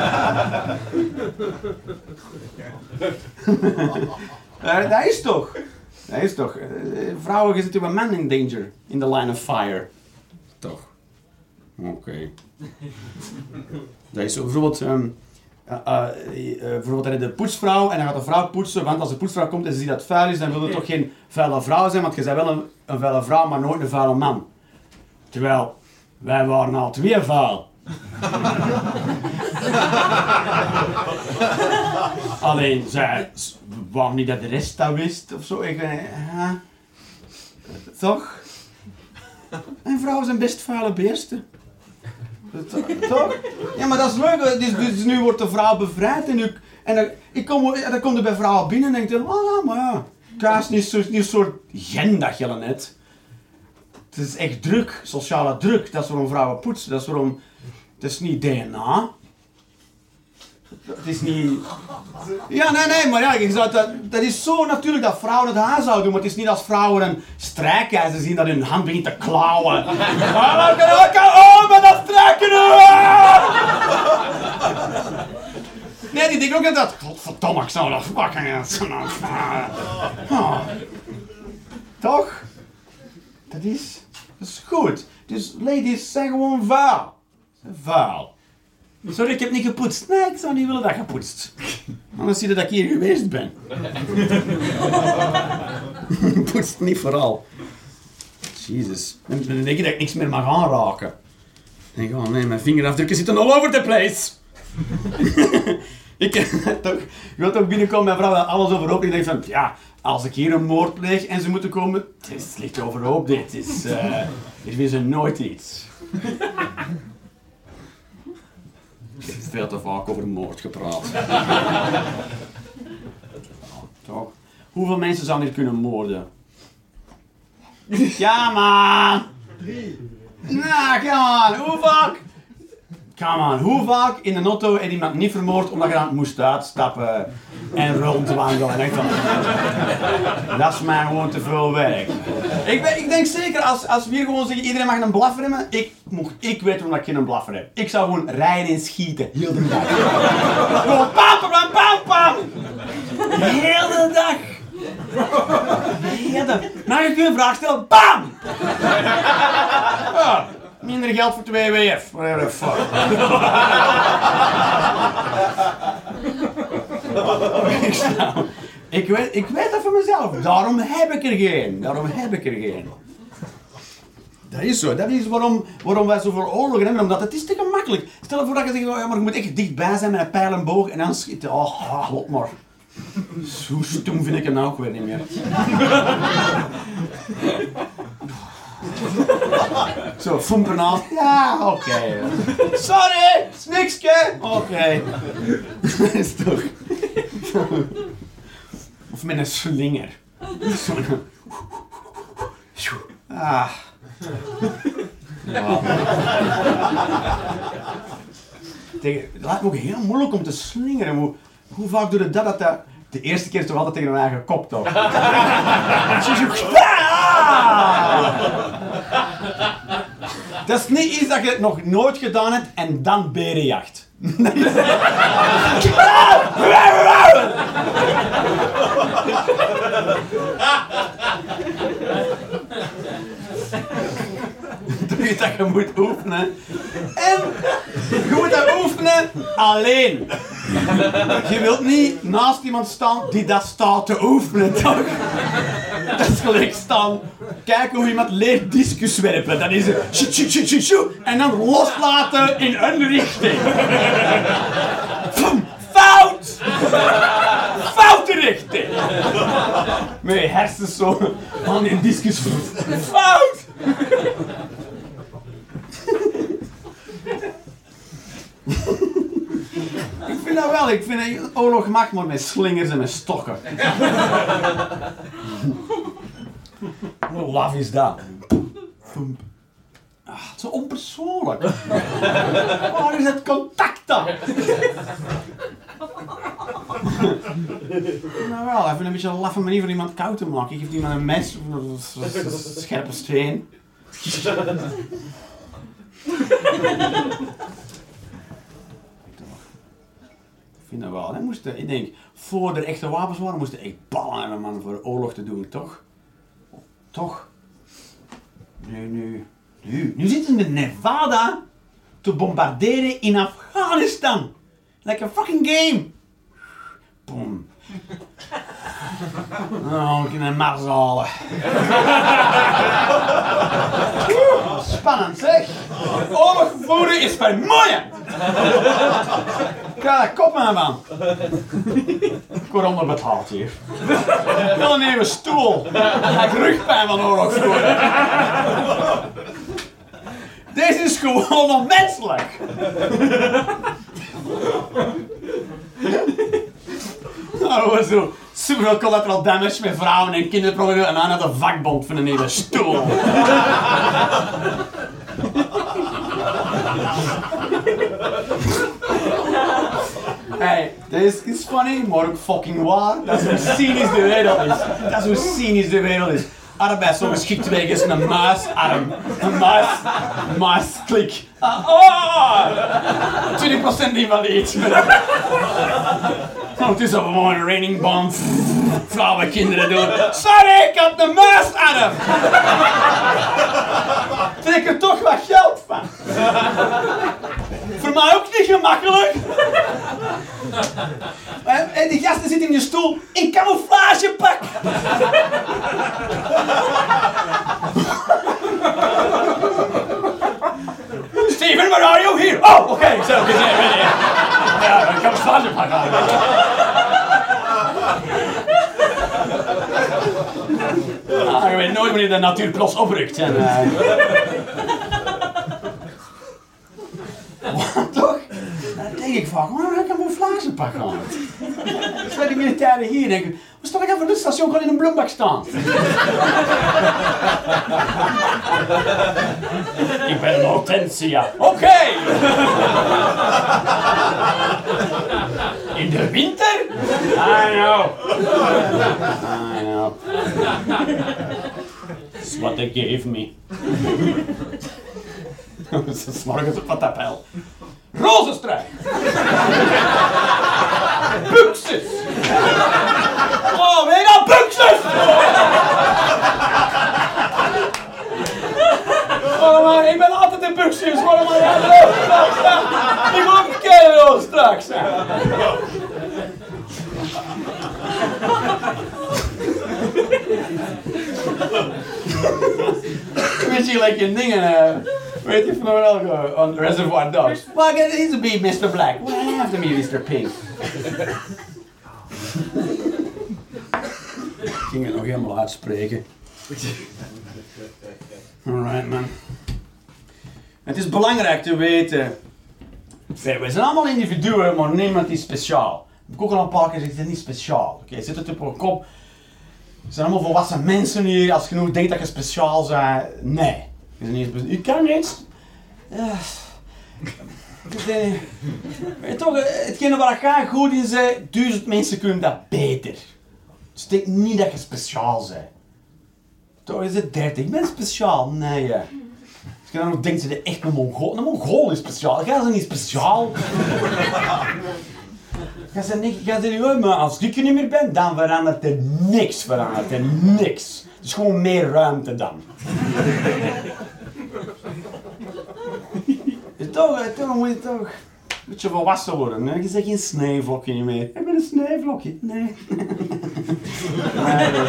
Uh, dat is toch. Dat is toch. Uh, vrouwen zitten bij men in danger. In the line of fire. Toch. Oké. Okay. Dat is zo. Bijvoorbeeld... Um, uh, uh, uh, bijvoorbeeld er is de poetsvrouw en dan gaat de vrouw poetsen. Want als de poetsvrouw komt en ze ziet dat het vuil is, dan wil je toch geen vuile vrouw zijn. Want je bent wel een, een vuile vrouw, maar nooit een vuile man. Terwijl, wij waren al twee vuil. Alleen, zij wou niet dat de rest dat wist of zo. Ik weet uh, toch? En vrouwen zijn best vuile beesten. Toch? Ja, maar dat is leuk. Dus, dus nu wordt de vrouw bevrijd en, nu, en dan, ik kom, dan komt er bij vrouwen binnen en denk ik, oh ja, maar ja. Het is niet zo'n niet soort gen dat je net. Het is echt druk, sociale druk. Dat is waarom vrouwen poetsen. Dat is waarom... Het is niet D N A. Het is niet... Ja, nee, nee, maar ja, je zou dat, dat is zo natuurlijk dat vrouwen het huishouden doen, maar het is niet als vrouwen een strijkijzer zien dat hun hand begint te klauwen. Oh, met dat strijken! Nee, die denken ook net dat... Godverdomme, ik zou dat fucking... Oh. Toch? Dat is... Dat is goed. Dus ladies, zijn gewoon vuil. Vuil. Sorry, ik heb niet gepoetst. Nee, ik zou niet willen dat je poetst. Anders zie je dat ik hier geweest ben. Poetst niet vooral. Jezus. Dan denk je dat ik niks meer mag aanraken. Dan denk ik, oh nee, mijn vingerafdrukken zitten all over the place. ik, toch, ik wil toch binnenkomen, mijn vrouw had alles overhoop. Ik denk van, ja, als ik hier een moord pleeg en ze moeten komen... Het is licht overhoop dit. Het is, uh, ik wist er nooit iets. Ik heb veel te vaak over moord gepraat. Toch? Hoeveel mensen zouden hier kunnen moorden? Ja, man! Nou, come on, hoe vaak? Come on, hoe vaak in een auto heeft iemand niet vermoord omdat je dan moest uitstappen en rondwandelen? En ik van, dat is mij gewoon te veel werk. Ik, ben, ik denk zeker, als, als we hier gewoon zeggen, iedereen mag een blaffer hebben, ik, mocht, ik weet waarom ik geen blaffer heb. Ik zou gewoon rijden en schieten, heel de dag. Gewoon pam, pam, pam, pam! Heel de dag! Heel de dag. Nou, je kunt een vraag stellen, bam! Ja. Minder geld voor twee W F. Whatever the fuck. ik, weet, ik weet dat van mezelf. Daarom heb ik er geen. Daarom heb ik er geen. Dat is zo. Dat is waarom, waarom wij zoveel oorlogen hebben. Omdat het is te gemakkelijk. Stel je voor dat je zegt, oh, ja, maar je moet echt dichtbij zijn met een pijl en boog. En dan schieten. Oh, lot maar. Zo stom vind ik hem nou ook weer niet meer. Zo, fompen naast. Ja, oké. Okay. Sorry, is nikske. Oké. Okay. Dat is toch... Of met een slinger. Zo'n... Ah. Ja. Tegen, het lijkt me ook heel moeilijk om te slingeren. Hoe, hoe vaak doe je dat? dat de, de eerste keer is toch altijd tegen mijn eigen kop, toch? Dat is niet iets dat je nog nooit gedaan hebt en dan berenjacht. Doe je dat je moet oefenen. En je moet dat oefenen alleen. Je wilt niet naast iemand staan die dat staat te oefenen, toch? Dat is gelijk staan. Kijken hoe iemand leert discus werpen. Dat is shoo, shoo, shoo, shoo, shoo, en dan loslaten in een richting. Fout! Foute richting! Met je hersens zo aan die discus. Fout! Ik vind dat wel, ik vind dat oorlog mag maar met slingers en met stokken. Hoe laf is dat? Ah, zo onpersoonlijk. Waar is het contact dan? Nou wel, even een beetje een laffe manier voor iemand koud te maken. Je geeft iemand een mes of een scherpe steen. Ik vind dat wel. Hè? Moesten, ik denk, voor er echte wapens waren, moesten echt ballen hebben man voor oorlog te doen, toch? Toch? Nu, nu, nu, nu zitten we met Nevada te bombarderen in Afghanistan. Like a fucking game. Boom. Oh, ik kan een Mars halen. Spannend zeg. Oorlog voeren is vermoeiend. Ik ga daar kop aan man. Ik word onderbetaald hier. Ik wil een nieuwe stoel. Ik heb rugpijn van oorlog voeren. Deze is gewoon onmenselijk. Nou, zo superveel collateral damage met vrouwen en kinderen proberen en aan naar de vakbond van een nieuwe stoel. Hey, dit is funny, maar ook fucking waar. Dat is hoe cynisch de wereld is. Dat is hoe cynisch de wereld is. Arbeid zo geschikt wegens een muisarm. Een muis... Een muisklik. Ah, oh! twintig procent invalide. Het is gewoon een raining bomb. Vrouwen, kinderen doen. Sorry, ik had de muisarm! Trek er toch wat geld van. Voor mij ook niet gemakkelijk. En die gasten zitten in je stoel in camouflagepak. Steven, where are you? Here! Oh, oké, okay. Zo, ik zei ready. Ja, een camouflagepak aan. Ah, je weet nooit wanneer de natuur plots oprukt. En, uh... Wat toch? Dan denk ik van, waarom heb ik een camouflagepak aan? Dus bij die militairen hier denken, hoe sta ik even op het station gewoon in een bloembak staan? Ik ben een hortensia. Oké! Okay. In de winter? I know. I know. That's what they gave me. Ze morgens op wat tapel. Rozenstruik! Buxus! Oh, weet je nou, buxus! Oh, maar ik ben altijd in buxus. Waarom maar jij rozenstruik zijn? Ik wil ook een keer rozenstruik zijn. Weet je, like je dingen... Uh, weet je van wel go on Reservoir Dogs? Well, it needs to be mister Black. Well, I have to be mister Pink. Ik ging het nog helemaal uitspreken. Alright, man. Het is belangrijk te weten. We zijn allemaal individuen, maar niemand is speciaal. Ik heb ook al een paar keer gezegd, het is niet speciaal. Oké, okay, zit het op een kop. We zijn allemaal volwassen mensen hier. Als je nu denkt dat je speciaal bent, nee. Je bent niet speciaal. Je kan niets. Uh, het, uh, toch, hetgene waar ik goed in zijn, duizend mensen kunnen dat beter. Dus denk niet dat je speciaal bent. Toch is het dertig. Ik ben speciaal. Nee. Uh. Als je dan nog denkt, ze echt een Mongool. Een Mongool is speciaal. Jij bent niet speciaal. Jij zegt niet, jij zegt niet, maar als ik er niet meer ben, dan verandert er niks. Verandert er niks. Het is gewoon meer ruimte dan. toch, toch moet je toch een beetje volwassen worden. Hè? Je zegt geen sneeuwvlokje niet meer. Ik ben een sneeuwvlokje. Nee. nee, nee,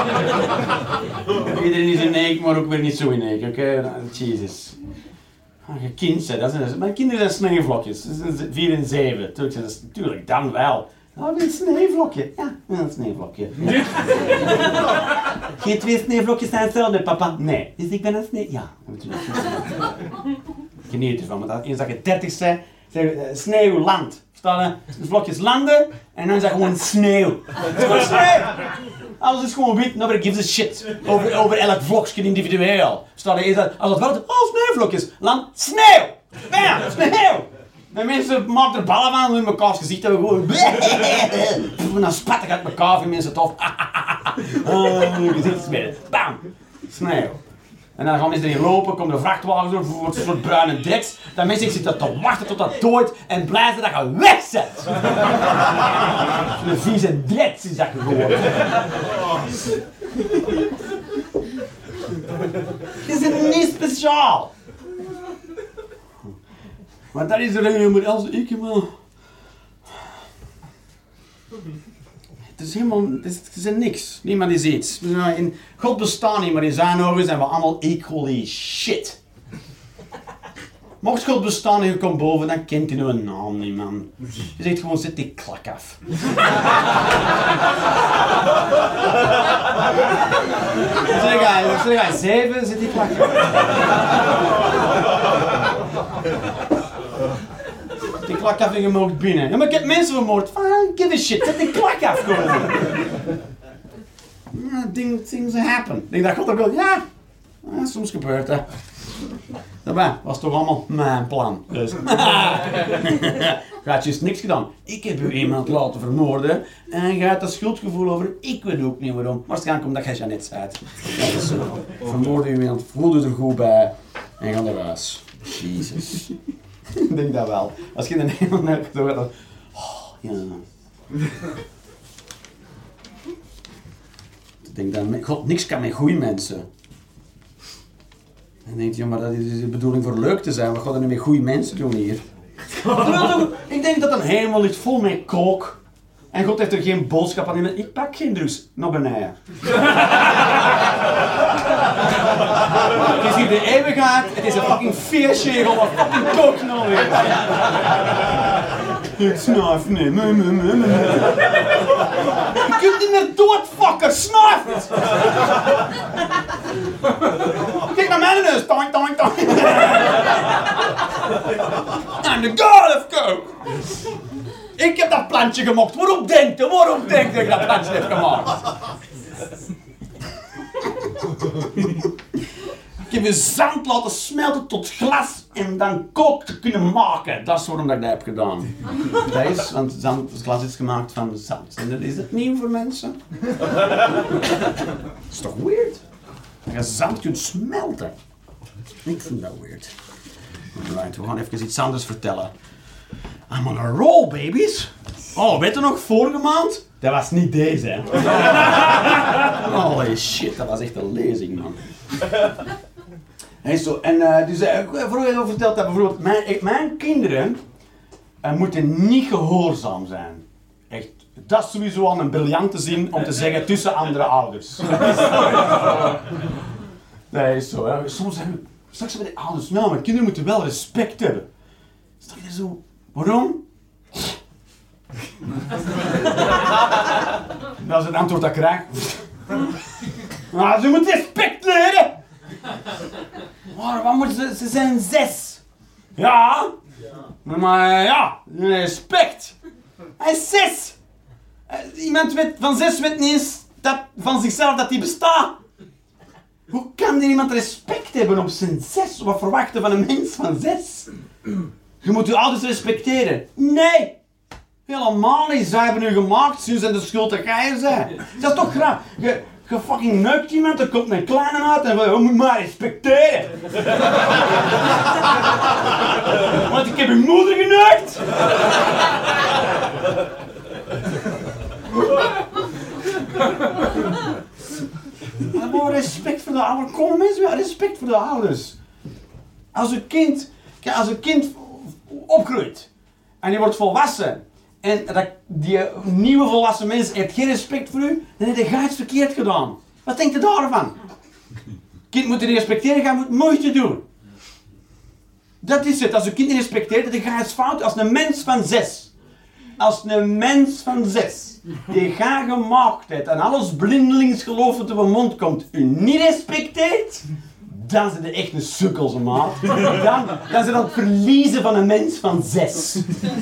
nee. Iedereen is in één, maar ook weer niet zo in één. Oké, okay? Jezus. Ah, je kind zei, dat is, mijn kinderen zijn sneeuwvlokjes. Vier en zeven. Tuurlijk, dan wel. Oh, ik ben een sneeuwvlokje. Ja, een sneeuwvlokje. Geen twee sneeuwvlokjes zijn hetzelfde, papa. Nee. Dus ik ben een sneeuw... Ja, natuurlijk. Geniet ervan, want eens dat je dertig bent, zeg je uh, sneeuwland. Verstaan je? De vlokjes landen en dan is dat gewoon sneeuw. Het is gewoon sneeuw! Alles is gewoon wit, nobody gives a shit. Over, over elk vlokje individueel. Verstaan je? Is dat, als het wordt, oh sneeuwvlokjes, land, sneeuw! Bam, sneeuw! En mensen maken er ballen van, in mekaars gezicht hebben gewoon... En dan spat ik uit elkaar, vinden mensen tof. Uh, gezichtsmidden. Bam! Sneeuw. En dan gaan mensen erin lopen, komen de vrachtwagens door, voor een soort bruine dreks. Dan mensen zitten te wachten tot dat dooit en blij zijn dat je weg bent. Een vieze dreks is dat geworden. Dit is niet speciaal. Maar dat is er helemaal als ik, man. Het is helemaal, het is, het is niks. Niemand is iets. In God bestaat niet, maar in zijn ogen zijn we allemaal equally shit. Mocht God bestaan en je komt boven, dan kent hij een naam niet, man. Je zegt gewoon, zet die klak af. Zeg jij, zeg jij, zeven, zet die klak af. Die klak af en je mag binnen. Ja, maar ik heb mensen vermoord. Fine, give a shit. Zet die klak af gewoon. Ja, things, things happen. Ik denk dat God ook wel, ja, ja, soms gebeurt dat. Dat was toch allemaal mijn plan. Dus. Je had juist niks gedaan. Ik heb u iemand laten vermoorden en je hebt dat schuldgevoel over. Ik weet ook niet waarom. Waarschijnlijk omdat jij Jeannette zei. Dat is zo. Vermoorde u iemand, voelde er goed bij en ga naar huis. Jezus. Ik denk dat wel. Als je in de hemel hebt gehoord, dan... Oh, ja. Ik denk dat God niks kan met goede mensen. En dan denk je, ja, maar dat is de bedoeling voor leuk te zijn. Wat gaat er nu met goede mensen doen hier? Ik denk dat een hemel ligt vol met kook. En God heeft er geen boodschap aan. Ik pak geen drugs. Naar beneden. Het is hier de eeuwigheid. Het is een fucking feestjegel of fucking kooknol. Ik snuif niet. Nee, nee, nee, nee. Je kunt niet meer doodfucken. Snuif het. Kijk naar mijn neus. Toink, toink, toink. I'm the god of coke. Ik heb dat plantje gemaakt. Waarom denkt u? Waarom denkt u dat ik dat plantje heb gemaakt? Ik heb je zand laten smelten tot glas en dan kook te kunnen maken. Dat is waarom ik dat heb gedaan. Dat is, want zand, het glas is gemaakt van zand. En dat is het nieuw voor mensen. Dat is toch weird? Dat je zand kunt smelten. Ik vind dat weird. Alright, we gaan even iets anders vertellen. I'm on a roll, babies. Oh, weet je nog, vorige maand? Dat was niet deze, hè. Holy shit, dat was echt een lezing, man. En zo, en uh, dus uh, vroeger al verteld dat bijvoorbeeld mijn, mijn kinderen uh, moeten niet gehoorzaam zijn. Echt, dat is sowieso al een briljante zin om te zeggen tussen andere ouders. Dat is zo, hè. Soms zeggen we, straks bij de ouders, nou, mijn kinderen moeten wel respect hebben. Stel je zo, waarom? Dat is het antwoord dat ik krijg. Nou, ze moeten respect leren! Maar wat moeten ze... Ze zijn zes. Ja. Maar ja, respect. Hij is zes. Iemand weet, van zes weet niet eens dat, van zichzelf dat hij bestaat. Hoe kan er iemand respect hebben op zijn zes? Wat verwachten van een mens van zes? Je moet je ouders respecteren. Nee. Helemaal niet. Zij hebben u gemaakt. Ze zijn de schuld dat jij er bent. Dat is toch graag. Je, je fucking neukt iemand, er komt een kleine uit en je moet maar respecteren. Want ik heb uw moeder geneukt. Maar respect voor de ouders. Kom mensen, respect voor de ouders. Als een kind, als een kind opgroeit en die wordt volwassen en dat die nieuwe volwassen mens heeft geen respect voor u, dan heb je iets verkeerd gedaan. Wat denkt u daarvan? Kind moet je respecteren, je moet moeite doen. Dat is het. Als een kind niet respecteert, dan ga je iets fout. Als een mens van zes, als een mens van zes, die gaat gemaaktheid en alles blindelings gelooft wat op een mond komt, u niet respecteert, dan zijn er echt een sukkelse maat. Dan, dan zijn dat het verliezen van een mens van zes.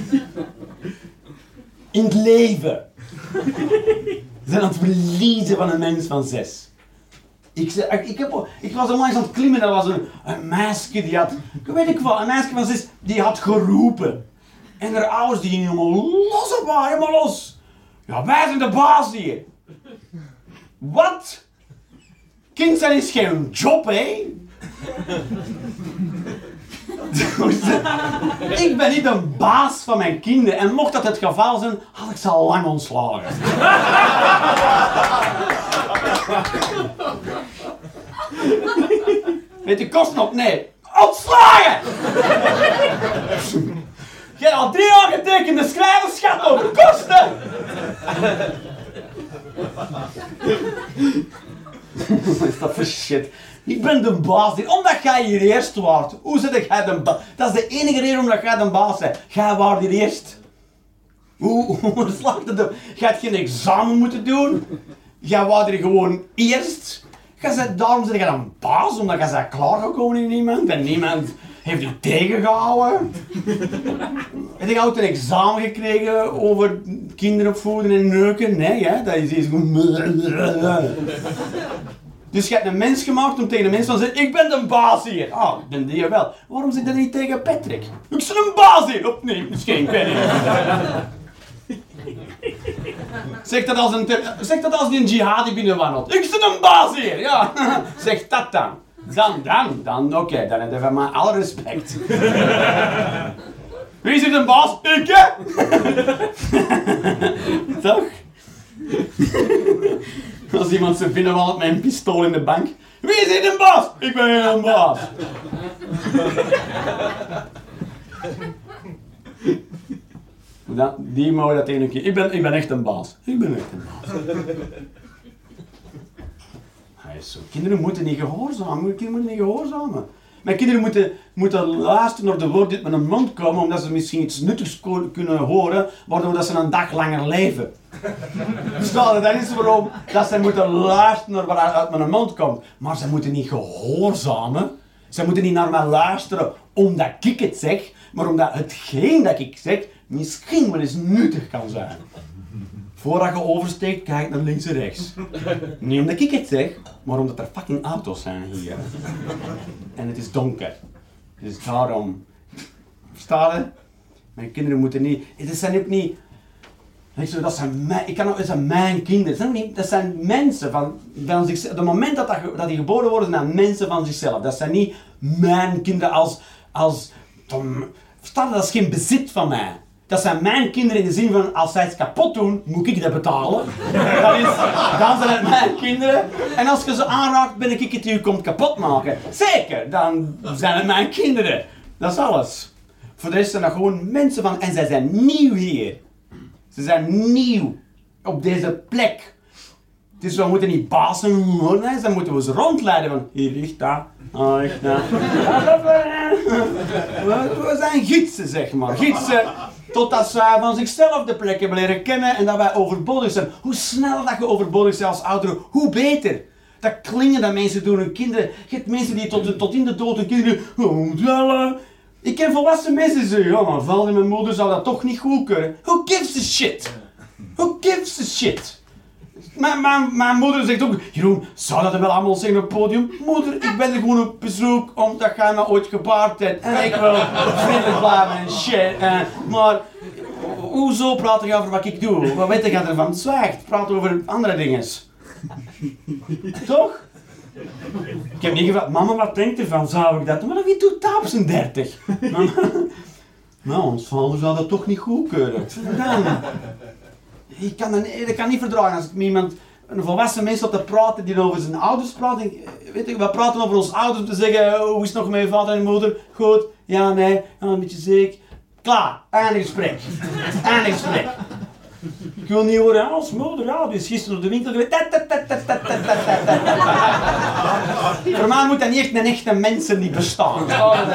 In het leven. Zijn aan het verliezen van een mens van zes. Ik, ik, ik, heb, ik was onlangs aan het klimmen en er was een, een meisje die had, weet ik wel, een meisje van zes, die had geroepen. En haar ouders die gingen helemaal los op haar, helemaal los. Ja, wij zijn de baas hier. Wat? Kind zijn is geen job, hé? Ik ben niet een baas van mijn kinderen en mocht dat het geval zijn, had ik ze al lang ontslagen. Weet je, kost nog? Nee. Ontslagen! Je hebt al drie jaar getekende schrijverschat over kosten! Wat is dat voor shit? Ik ben de baas hier, omdat jij hier eerst waart. Hoe zit jij de baas? Dat is de enige reden omdat jij de baas bent. Jij waart hier eerst. Hoe, hoe slaagt het op? Jij hebt geen examen moeten doen. Jij waart hier gewoon eerst. Jij bent, daarom ben jij een baas, omdat jij bent klaargekomen in iemand en niemand heeft u tegengehouden. Heb je ooit een examen gekregen over kinderen opvoeden en neuken? Nee, hè? Dat is iets gewoon... Dus je hebt een mens gemaakt om tegen een mens te zeggen, ik ben de baas hier. Ah, ik ben die wel. Waarom zit dat niet tegen Patrick? Ik ben een baas hier. Of nee, misschien ben ik. Zeg dat als een, zeg dat als die een jihadi binnenwandelt. Ik ben een baas hier. Ja, zeg dat dan. Dan, dan, dan, oké, okay, dan hebben we maar alle respect. Wie is hier de baas? Ik, hè? Toch? Als iemand zo binnenwandelt met een pistool in de bank. Wie is hier de baas? Ik ben hier een baas. Dan, die mogen dat tegen een keer. Ik ben, ik ben echt een baas. Ik ben echt een baas. Hij is zo. Kinderen moeten niet gehoorzamen. Kinderen moeten niet gehoorzamen. Mijn kinderen moeten, moeten luisteren naar de woorden die uit mijn mond komen, omdat ze misschien iets nuttigs kunnen horen, waardoor dat ze een dag langer leven. Verstaan je? Dat is waarom dat ze moeten luisteren naar wat uit mijn mond komt. Maar ze moeten niet gehoorzamen. Ze moeten niet naar mij luisteren omdat ik het zeg, maar omdat hetgeen dat ik zeg misschien wel eens nuttig kan zijn. Voordat je oversteekt, kijk naar links en rechts. Niet omdat ik het zeg, maar omdat er fucking auto's zijn hier. En het is donker. Dus daarom... Verstaan je? Mijn kinderen moeten niet... Het zijn ook niet... Dat zijn mijn, ik kan ook, dat zijn mijn kinderen. Dat zijn, niet, dat zijn mensen van, van zichzelf. Op het moment dat, dat, dat die geboren worden, zijn dat mensen van zichzelf. Dat zijn niet mijn kinderen als... als verstaan je? Dat is geen bezit van mij. Dat zijn mijn kinderen in de zin van, als zij iets kapot doen, moet ik dat betalen. Dat is, dan zijn het mijn kinderen. En als je ze aanraakt, ben ik het die u komt kapot maken. Zeker, dan zijn het mijn kinderen. Dat is alles. Voor de rest zijn dat gewoon mensen van, en zij zijn nieuw hier. Ze zijn nieuw op deze plek. Dus we moeten niet bazen worden, dan moeten we ze rondleiden van, hier ligt dat, daar ligt dat. We zijn gidsen, zeg maar. Gidsen. Totdat zij van zichzelf de plek hebben leren kennen en dat wij overbodig zijn. Hoe sneller dat je overbodig bent als ouder, hoe beter. dat klingen dat mensen doen hun kinderen. Je hebt mensen die tot, tot in de dood hun kinderen... Oh, lala. Ik ken volwassen mensen die zeggen, ja, mijn vader en mijn moeder zou dat toch niet goedkeuren. Who gives a shit? Who gives a shit? Mijn, mijn, mijn moeder zegt ook, Jeroen, zou dat er wel allemaal zeggen op het podium? Moeder, ik ben er gewoon op bezoek omdat jij me ooit gebaard hebt. En ik wil vriendelijk blijven en shit. En, maar, hoezo praat je over wat ik doe? Wat weet je ervan? Zwijgt, praat over andere dingen. Toch? Ik heb niet gevraagd, mama, wat denkt u van? Zou ik dat doen? Maar wie doet dat op zijn dertig? Nou, ons vader zou dat toch niet goedkeuren. Dan. Ik kan, dat, ik kan niet verdragen als ik met iemand, een volwassen mens staat te praten die over zijn ouders praat. Ik, weet je, we praten over onze ouders om te zeggen, hoe is het nog met je vader en moeder? Goed, ja, nee, ja, een beetje ziek. Klaar, einde gesprek. Einde gesprek. Ik wil niet horen, als moeder, ja, die is gisteren op de winkel geweest. Voor mij moet dat niet echt een echte mensen die bestaan.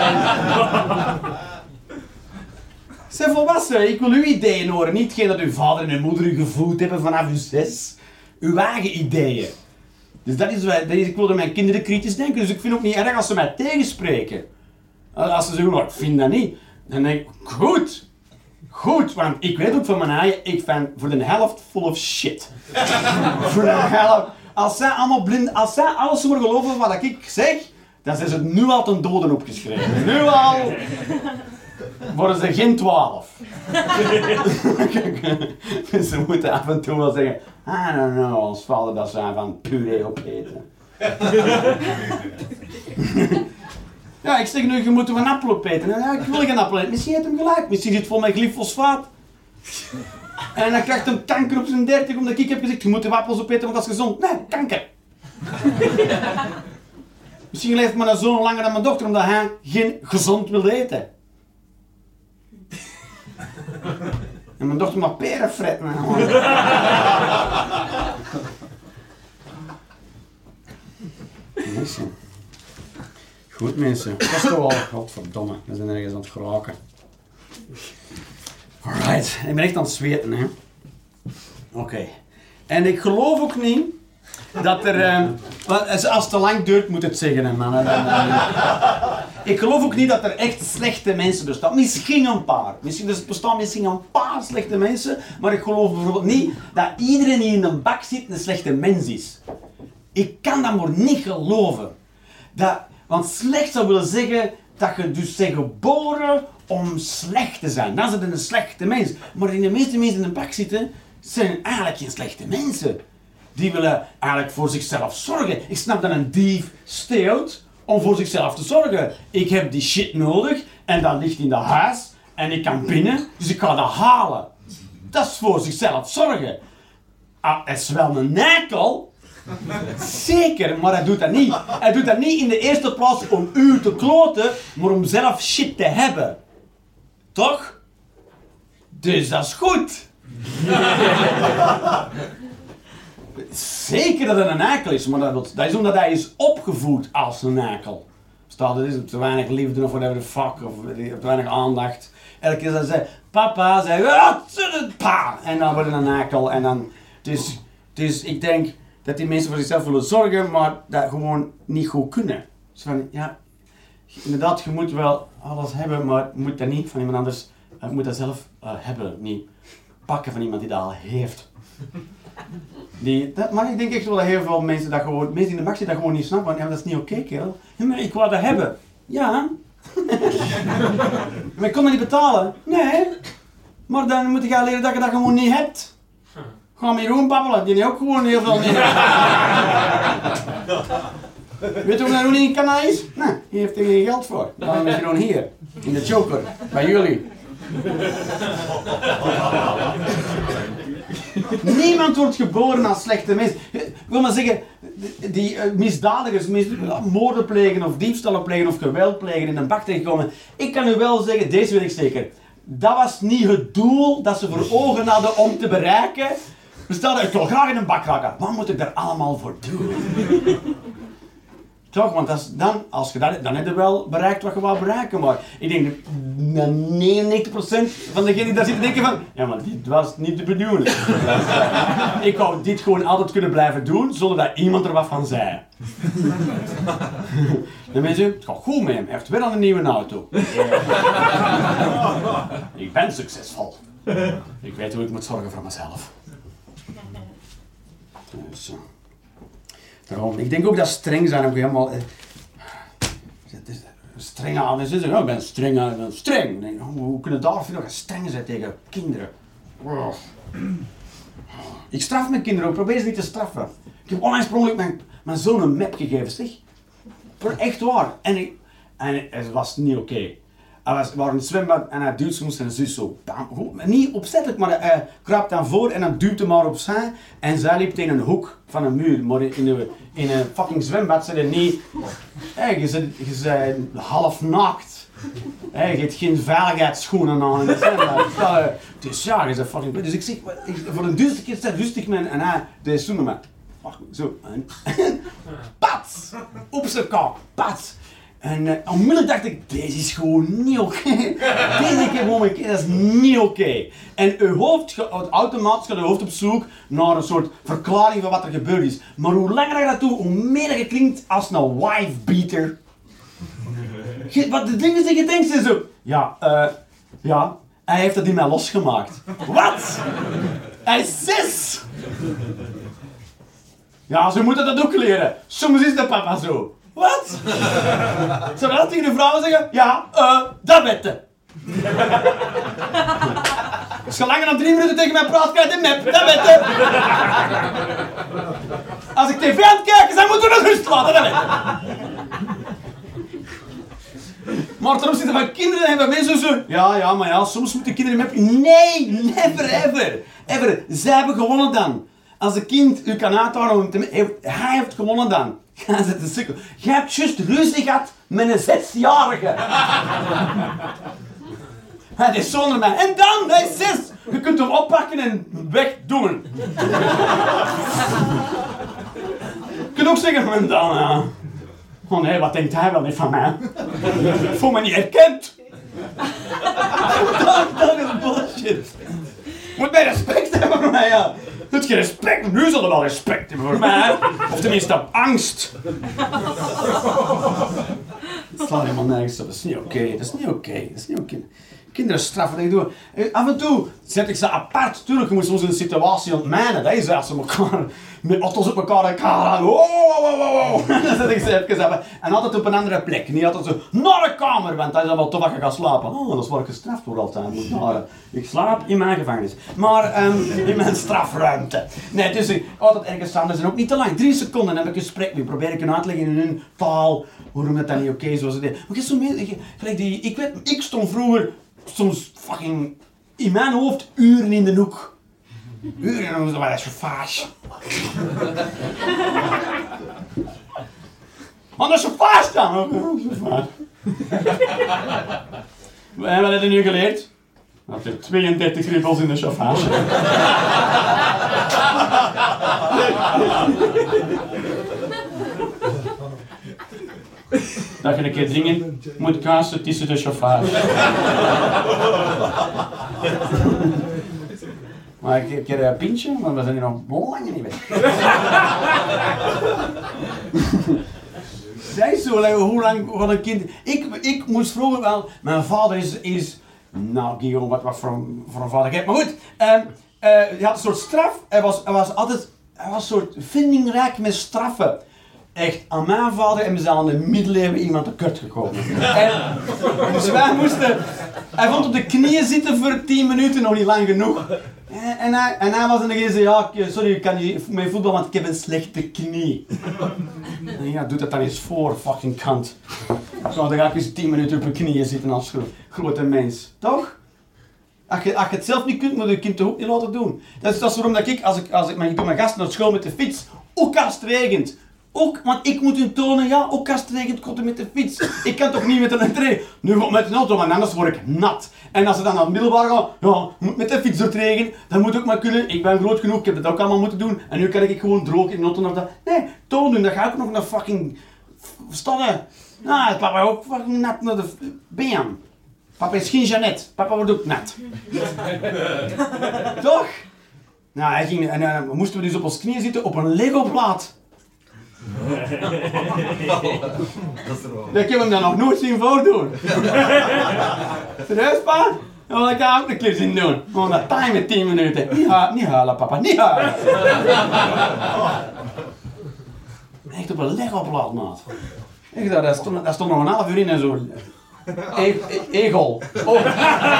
Zijn volwassen, ik wil uw ideeën horen, niet geen dat uw vader en uw moeder u gevoed hebben vanaf uw zes. Uw eigen ideeën. Dus dat is, dat is, ik wilde mijn kinderen kritisch denken, dus ik vind het ook niet erg als ze mij tegenspreken. Als ze zeggen, nou, ik vind dat niet. Dan denk ik, goed. Goed, want ik weet ook van mijn eigen, ik ben voor de helft full of shit. Voor de helft. Als zij allemaal blind, als zij alles zomaar geloven wat ik zeg, dan zijn ze nu al ten doden opgeschreven. Nu al worden ze geen twaalf. Ze moeten af en toe wel zeggen, I don't know, als vader dat zijn van puree opeten. Ja, ik zeg nu, je moet een appel opeten. Ja, ik wil geen appel eten. Misschien eet hem gelijk. Misschien zit het vol met glyfosfaat. En dan krijgt hij kanker op zijn dertig, omdat ik heb gezegd, je moet de appels opeten, want dat is gezond. Nee, kanker. Misschien leeft mijn zoon langer dan mijn dochter, omdat hij geen gezond wil eten. En mijn dochter mag peren fretten. Mensen. Goed mensen. Dat is toch al, godverdomme, we zijn ergens aan het geraken. Alright, ik ben echt aan het zweten, hè. Oké. Okay. En ik geloof ook niet dat er, uh, als het te lang duurt moet het zeggen, hè, man. Ik geloof ook niet dat er echt slechte mensen bestaan. Misschien een paar. Misschien, er bestaan misschien een paar slechte mensen, maar ik geloof bijvoorbeeld niet dat iedereen die in een bak zit een slechte mens is. Ik kan dat maar niet geloven. Dat, want slecht zou willen zeggen dat je dus bent geboren om slecht te zijn. Dan is het een slechte mens. Maar in de meeste mensen in een bak zitten, zijn eigenlijk geen slechte mensen. Die willen eigenlijk voor zichzelf zorgen. Ik snap dat een dief steelt om voor zichzelf te zorgen. Ik heb die shit nodig en dat ligt in dat huis en ik kan binnen, dus ik ga dat halen. Dat is voor zichzelf zorgen. Ah, het is wel een eikel. Zeker, maar hij doet dat niet. Hij doet dat niet in de eerste plaats om u te kloten, maar om zelf shit te hebben. Toch? Dus dat is goed. Zeker dat het een eikel is, maar dat, wil, dat is omdat hij is opgevoed als een eikel. Staat er is te weinig liefde of whatever the fuck, of te weinig aandacht. Elke keer dat hij zegt, papa, zeg pa, en dan wordt het een eikel. En dan, dus, dus ik denk dat die mensen voor zichzelf willen zorgen, maar dat gewoon niet goed kunnen. Dus van, ja, inderdaad, je moet wel alles hebben, maar je moet dat niet van iemand anders, je moet dat zelf uh, hebben, niet pakken van iemand die dat al heeft. Die, dat, maar ik denk echt wel dat heel veel mensen dat gewoon, mensen in de markt die dat gewoon niet snappen, ja, dat is niet oké, okay, kerel. Ja, maar ik wou dat hebben. Ja. Maar ik kon dat niet betalen. Nee. Maar dan moet je gaan leren dat je dat gewoon niet hebt. Ga met Jeroen babbelen, die heeft ook gewoon heel veel niet. Weet je hoe Jeroen in Canada is? Nee, die heeft er geen geld voor. Dan is Jeroen hier, in de choker, bij jullie. Niemand wordt geboren als slechte mens. Ik wil maar zeggen, die uh, misdadigers, mis, moorden plegen of diefstallen plegen of geweld plegen in een bak terechtkomen. Ik kan u wel zeggen, deze weet ik zeker. Dat was niet het doel dat ze voor ogen hadden om te bereiken. We stelden, ik wil graag in een bak raken. Wat moet ik daar allemaal voor doen? Toch? Want dat is dan, als je dat, dan heb je wel bereikt wat je wou bereiken. Maar ik denk dat negenennegentig procent van degenen die daar zitten denken van... Ja, maar dit was niet de bedoeling. Ik wou dit gewoon altijd kunnen blijven doen, zonder dat iemand er wat van zei. De mensen, het gaat goed met hem. Hij heeft weer al een nieuwe auto. Ik ben succesvol. Ik weet hoe ik moet zorgen voor mezelf. Dus, uh, daarom, ik denk ook dat streng zijn ook helemaal... Uh, het is streng aan. Dus zeggen, oh, ik ben streng aan, ik ben streng. Denk, hoe, hoe kunnen daar veel streng zijn tegen kinderen? Oh. Ik straf mijn kinderen ook, probeer ze niet te straffen. Ik heb onlangs per ongeluk mijn, mijn zoon een map gegeven, zeg. Echt waar. En, ik, en het was niet oké. Okay. Hij was, we waren in het zwembad en hij duwt soms zijn zus zo. Bam, goed, niet opzettelijk, maar hij kruipt dan voor en dan duwt hem maar opzij. En zij liep tegen een hoek van een muur. Maar in, de, in een fucking zwembad zijn er niet... Hey, je bent, je bent half naakt. Hey, je hebt geen veiligheidsschoenen aan in het zwembad. Dus ja, je bent fucking... Dus ik zeg, ik, voor een duizend keer staat rustig man en hij deed zo met mij. Zo. En pats! Op zijn kop. Pats! En uh, onmiddellijk dacht ik, deze is gewoon niet oké. Okay. Deze keer gewoon een keer, dat is niet oké. Okay. En uw hoofd, automatisch gaat uw hoofd op zoek naar een soort verklaring van wat er gebeurd is. Maar hoe langer je dat doet, hoe meer je klinkt als een wife-beater. Wat de dingen die je denkt zijn zo, ja, eh, uh, ja, hij heeft dat in mij losgemaakt. Wat? Hij is zes! Ja, ze moeten dat ook leren. Soms is de papa zo. Wat? Zou dat tegen de vrouw zeggen? Ja, eh, uh, dat weten. Als je langer dan drie minuten tegen mij praat, krijg je een map. Dat weten. Als ik tv aan het kijken ben, moeten we dat rust laten. Dat weten. Maar ten opzichte van kinderen hebben mensen zo... Ja, ja, maar ja, soms moeten kinderen map... Nee, never ever. Ever. Zij hebben gewonnen dan. Als een kind u kan uithouden om te... Hij heeft gewonnen dan. Ga zitten sukkel. Jij hebt juist ruzie gehad met een zesjarige. Hij is zonder mij. En dan, hij is zes. Je kunt hem oppakken en wegdoen. Je kunt ook zeggen, en dan, ja. Oh nee, wat denkt hij wel niet van mij? Ik voel me niet herkend. dat, dat is bullshit. Je moet mij respect hebben voor mij, ja. Het geen respect, nu zullen we wel respect hebben voor mij. Of tenminste angst. Het slaat helemaal nergens op, dat is niet oké, okay. dat is niet oké, okay. dat is niet oké. Okay. Kinderen straffen, dat ik doe. Af en toe zet ik ze apart, tuurlijk, je moet soms een situatie ontmijnen. Dat is als ze elkaar, met auto's op elkaar en elkaar. Wow, wow, wow, wow. Dan zet ik ze even af. En altijd op een andere plek. Niet altijd zo naar de kamer, want dat is dan wel tof dat je gaat slapen. Oh, dat is waar ik gestraft word altijd. Moet naar, ik slaap in mijn gevangenis. Maar um, in mijn strafruimte. Nee, dus ik altijd ergens anders en ook niet te lang. Drie seconden heb ik een gesprek mee. Probeer ik een uitleg in hun taal. Waarom dat dan niet oké is zoals het is. Maar je zo mee, gelijk die, ik weet, ik stond vroeger soms fucking in mijn hoofd uren in de hoek. Uren en dan was dat chauffage. Want dat is chauffage dan ook. Chauffage. En wat heb je nu geleerd? Dat er tweeëndertig ribbels in de chauffage. Dat je een keer dringend moet kaatsen tussen de chauffage. Maar ik heb een keer een pintje, maar we zijn hier nog lang niet weg. Zij is zo, hoe lang van een kind... Ik, ik moest vroeger wel... Mijn vader is... is nou, Guillaume, wat, wat voor, voor een vader ik heb. Maar goed, uh, uh, hij had een soort straf. Hij was, hij was altijd... Hij was een soort vindingrijk met straffen. Echt, aan mijn vader hebben ze al in de middeleeuwen iemand tekort gekomen. En, dus wij moesten... Hij vond op de knieën zitten voor tien minuten, nog niet lang genoeg. En, en, hij, en hij was in de geest, ja, sorry, ik kan niet mee voetbal, want ik heb een slechte knie. En ja, doe dat dan eens voor, fucking kant. Zo, dan ga ik eens tien minuten op je knieën zitten als gro grote mens. Toch? Als je, als je het zelf niet kunt, moet je kind toch ook niet laten doen. Dat is, dat is waarom dat ik, als ik, als ik, maar ik doe mijn gasten naar school met de fiets, ook als het regent. Ook, want ik moet hun tonen, ja, ook als het regent, komt met de fiets. Ik kan toch niet met een trein. Nu gaat met een auto, maar anders word ik nat. En als ze dan naar het middelbaar gaan, ja, moet met de fiets door het regen, dan moet ik maar kunnen. Ik ben groot genoeg, ik heb dat ook allemaal moeten doen. En nu kan ik gewoon droog in de auto of dat. Nee, toon doen, dan ga ik nog naar fucking verstaan je? Nou, papa ook fucking net naar de been. Papa is geen Jeannette. Papa wordt ook net. Toch? Nou, hij ging, en uh, moesten we dus op ons knieën zitten op een Lego-plaat. Ik heb hem dan nog nooit zien voordoen. Serieus, pa? Dan wil ik daar ook een keer zien doen. Gewoon dat timen tien minuten. Niet, hu niet huilen, papa, niet huilen. Echt op een Lego-plaat, maat. Echt, daar stond, daar stond nog een half uur in en zo. E e egel. Ogel?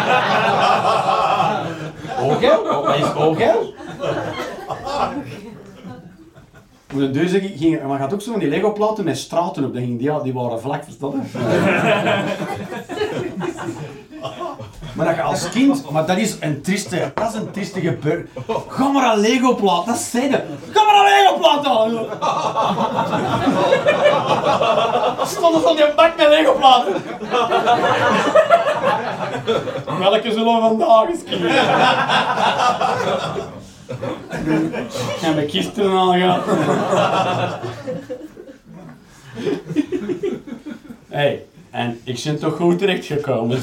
Wat is ogel? Dus ging, maar gaat ook zo van die Lego-platen met straten op. Dan ging die, die waren vlak, verstaan. Maar dat je als kind, maar dat is een trieste, dat is een trieste gebeuren. Ga maar een Lego-plaat, dat zei je. Ga maar een Lego-plaat aan! Stond er van die bak met Lego-platen. Welke zullen we vandaag eens kiezen? En mijn kisten al gehad. Hey, en ik ben toch goed terechtgekomen.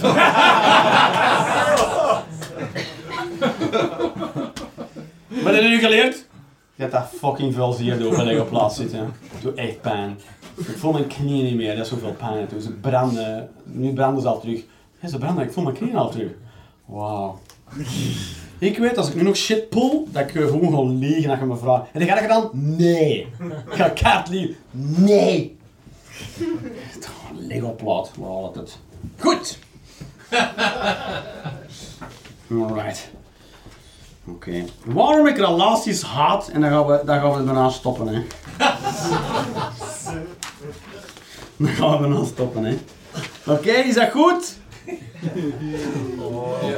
Wat heb je nu geleerd? Je hebt dat fucking veel zie je door bij op plaats zitten. Het doet echt pijn. Ik voel mijn knieën niet meer, dat is zoveel pijn. Toen ze branden, nu branden ze al terug. Ja, ze branden, ik voel mijn knieën al terug. Wauw. Ik weet, als ik nu nog shit pull, dat ik gewoon ga liegen als je me vraagt. Heb je dat gedaan? Nee. Ik ga kaart liegen. Nee. Lego-plaat, waar had het? Goed! Alright. Oké. Okay. Waarom ik relaties haat, en dan gaan we, dan gaan we het bijna stoppen, hè. Dan gaan we bijna stoppen, hè. Oké, okay, is dat goed? Oh. Ja.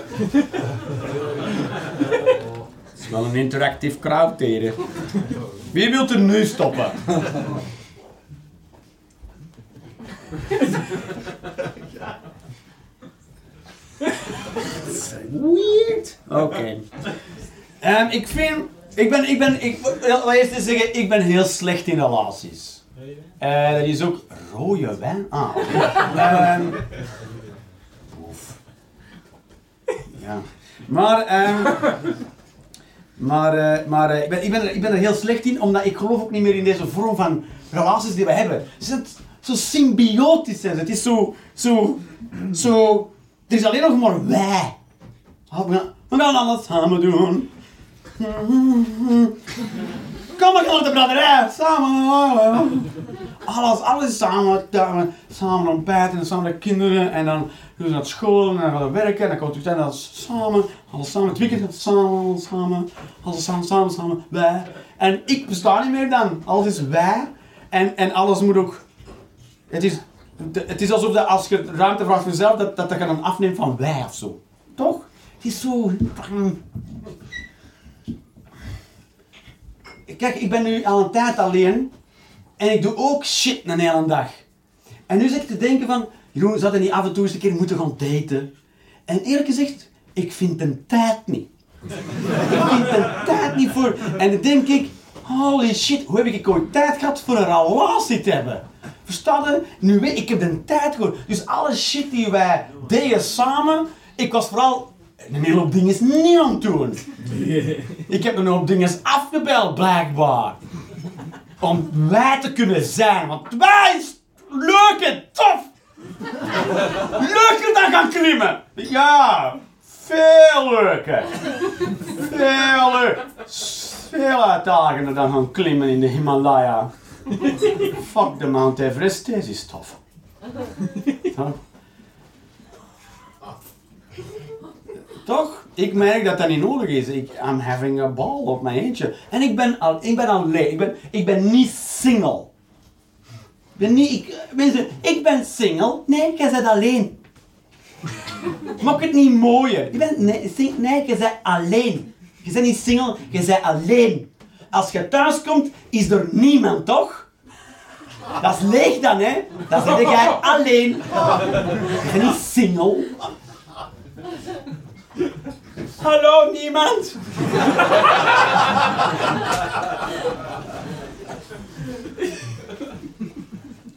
Het is wel een interactief crowd hier. Wie wilt er nu stoppen? Weird. Oké. Okay. Um, ik vind, ik ben, ik ben, ik wil eerst eens zeggen, ik ben heel slecht in relaties. Uh, dat is ook rode wijn. Ah. Okay. Um, Ja. Maar, um, maar, uh, maar uh, ik, ben, ik, ben er, ik ben er heel slecht in, omdat ik geloof ook niet meer in deze vorm van relaties die we hebben. Ze zijn zo symbiotisch. Het is zo, zo, zo, er is alleen nog maar wij. We gaan alles samen doen. Kom maar naar de braderij, samen. Alles, alles is samen, samen ontbijten en samen de kinderen en dan gaan we naar school en dan gaan we werken en dan komt het alles samen, alles samen, het weekend samen, alles samen, alles samen, samen, samen, wij. En ik besta niet meer dan, alles is wij en, en alles moet ook, het is, het is alsof dat als je ruimte vraagt voor jezelf, dat, dat, dat je dan afneemt van wij of zo, toch? Het is zo... Kijk, ik ben nu al een tijd alleen en ik doe ook shit een hele dag. En nu zit ik te denken van, Jeroen, zou je niet af en toe eens een keer moeten gaan daten? En eerlijk gezegd, ik vind de tijd niet. Ik vind de tijd niet voor... En dan denk ik, holy shit, hoe heb ik ooit tijd gehad voor een relatie te hebben? Verstaan je? Nu weet ik, ik heb de tijd gewoon. Dus alle shit die wij deden samen, ik was vooral... Een hele hoop dingen niet aan het doen. Ik heb een hoop dingen afgebeld, blijkbaar. Om wij te kunnen zijn, want wij is leuk en tof. Leuker dan gaan klimmen. Ja, veel leuker. Veel leuker. Veel uitdagender dan gaan klimmen in de Himalaya. Fuck de Mount Everest, deze is tof. Huh? Toch? Ik merk dat dat niet nodig is. Ik, I'm having a ball op mijn eentje. En ik ben al, ik ben alleen. Ik ben, ik ben niet single. Ik ben niet, ik, mensen, ik ben single. Nee, jij bent alleen. Maak het niet mooier. Je bent, nee, sing, nee, je bent alleen. Je bent niet single, je bent alleen. Als je thuis komt, is er niemand, toch? Dat is leeg dan, hè? Dan zeg jij alleen. Je bent niet single. Hallo, niemand?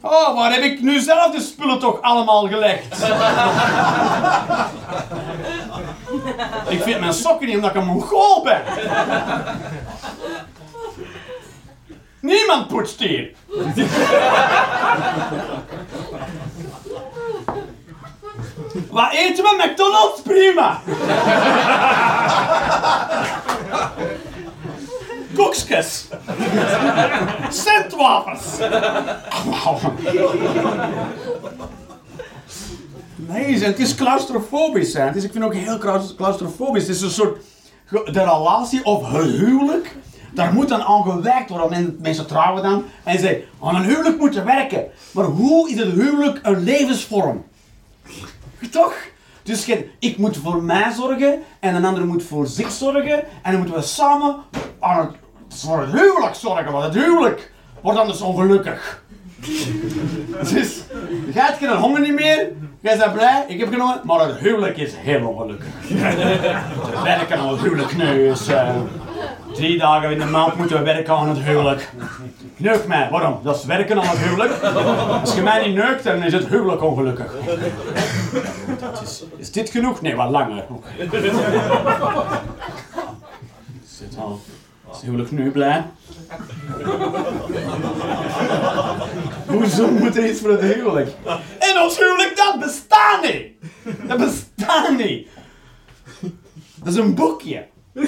Oh, waar heb ik nu zelf de spullen toch allemaal gelegd? Ik vind mijn sokken niet omdat ik een Mongool ben. Niemand poetst hier. Wat eten we? McDonald's? Prima. Koekjes. Centwafels. Nee, het is claustrofobisch. Hè. Het is, ik vind ook heel claustrofobisch. Het is een soort de relatie of het huwelijk. Daar moet dan aan gewerkt worden. En mensen trouwen dan en zeggen, aan een huwelijk moet je werken. Maar hoe is het huwelijk een levensvorm? Toch? Dus ik moet voor mij zorgen en een ander moet voor zich zorgen. En dan moeten we samen aan het, voor het huwelijk zorgen. Want het huwelijk wordt anders ongelukkig. Dus, jij hebt geen honger niet meer. Jij bent blij, ik heb geen honger. Maar het huwelijk is heel ongelukkig. Werken aan het huwelijk nu is... Uh, drie dagen in de maand moeten we werken aan het huwelijk. Neuk mij, waarom? Dat is werken aan het huwelijk. Als je mij niet neukt, dan is het huwelijk ongelukkig. Is, is dit genoeg? Nee, wat langer. Zit al. Is het huwelijk nu blij? Hoezo moet er iets voor het huwelijk? En ons huwelijk, dat bestaat niet! Dat bestaat niet! Dat is een boekje.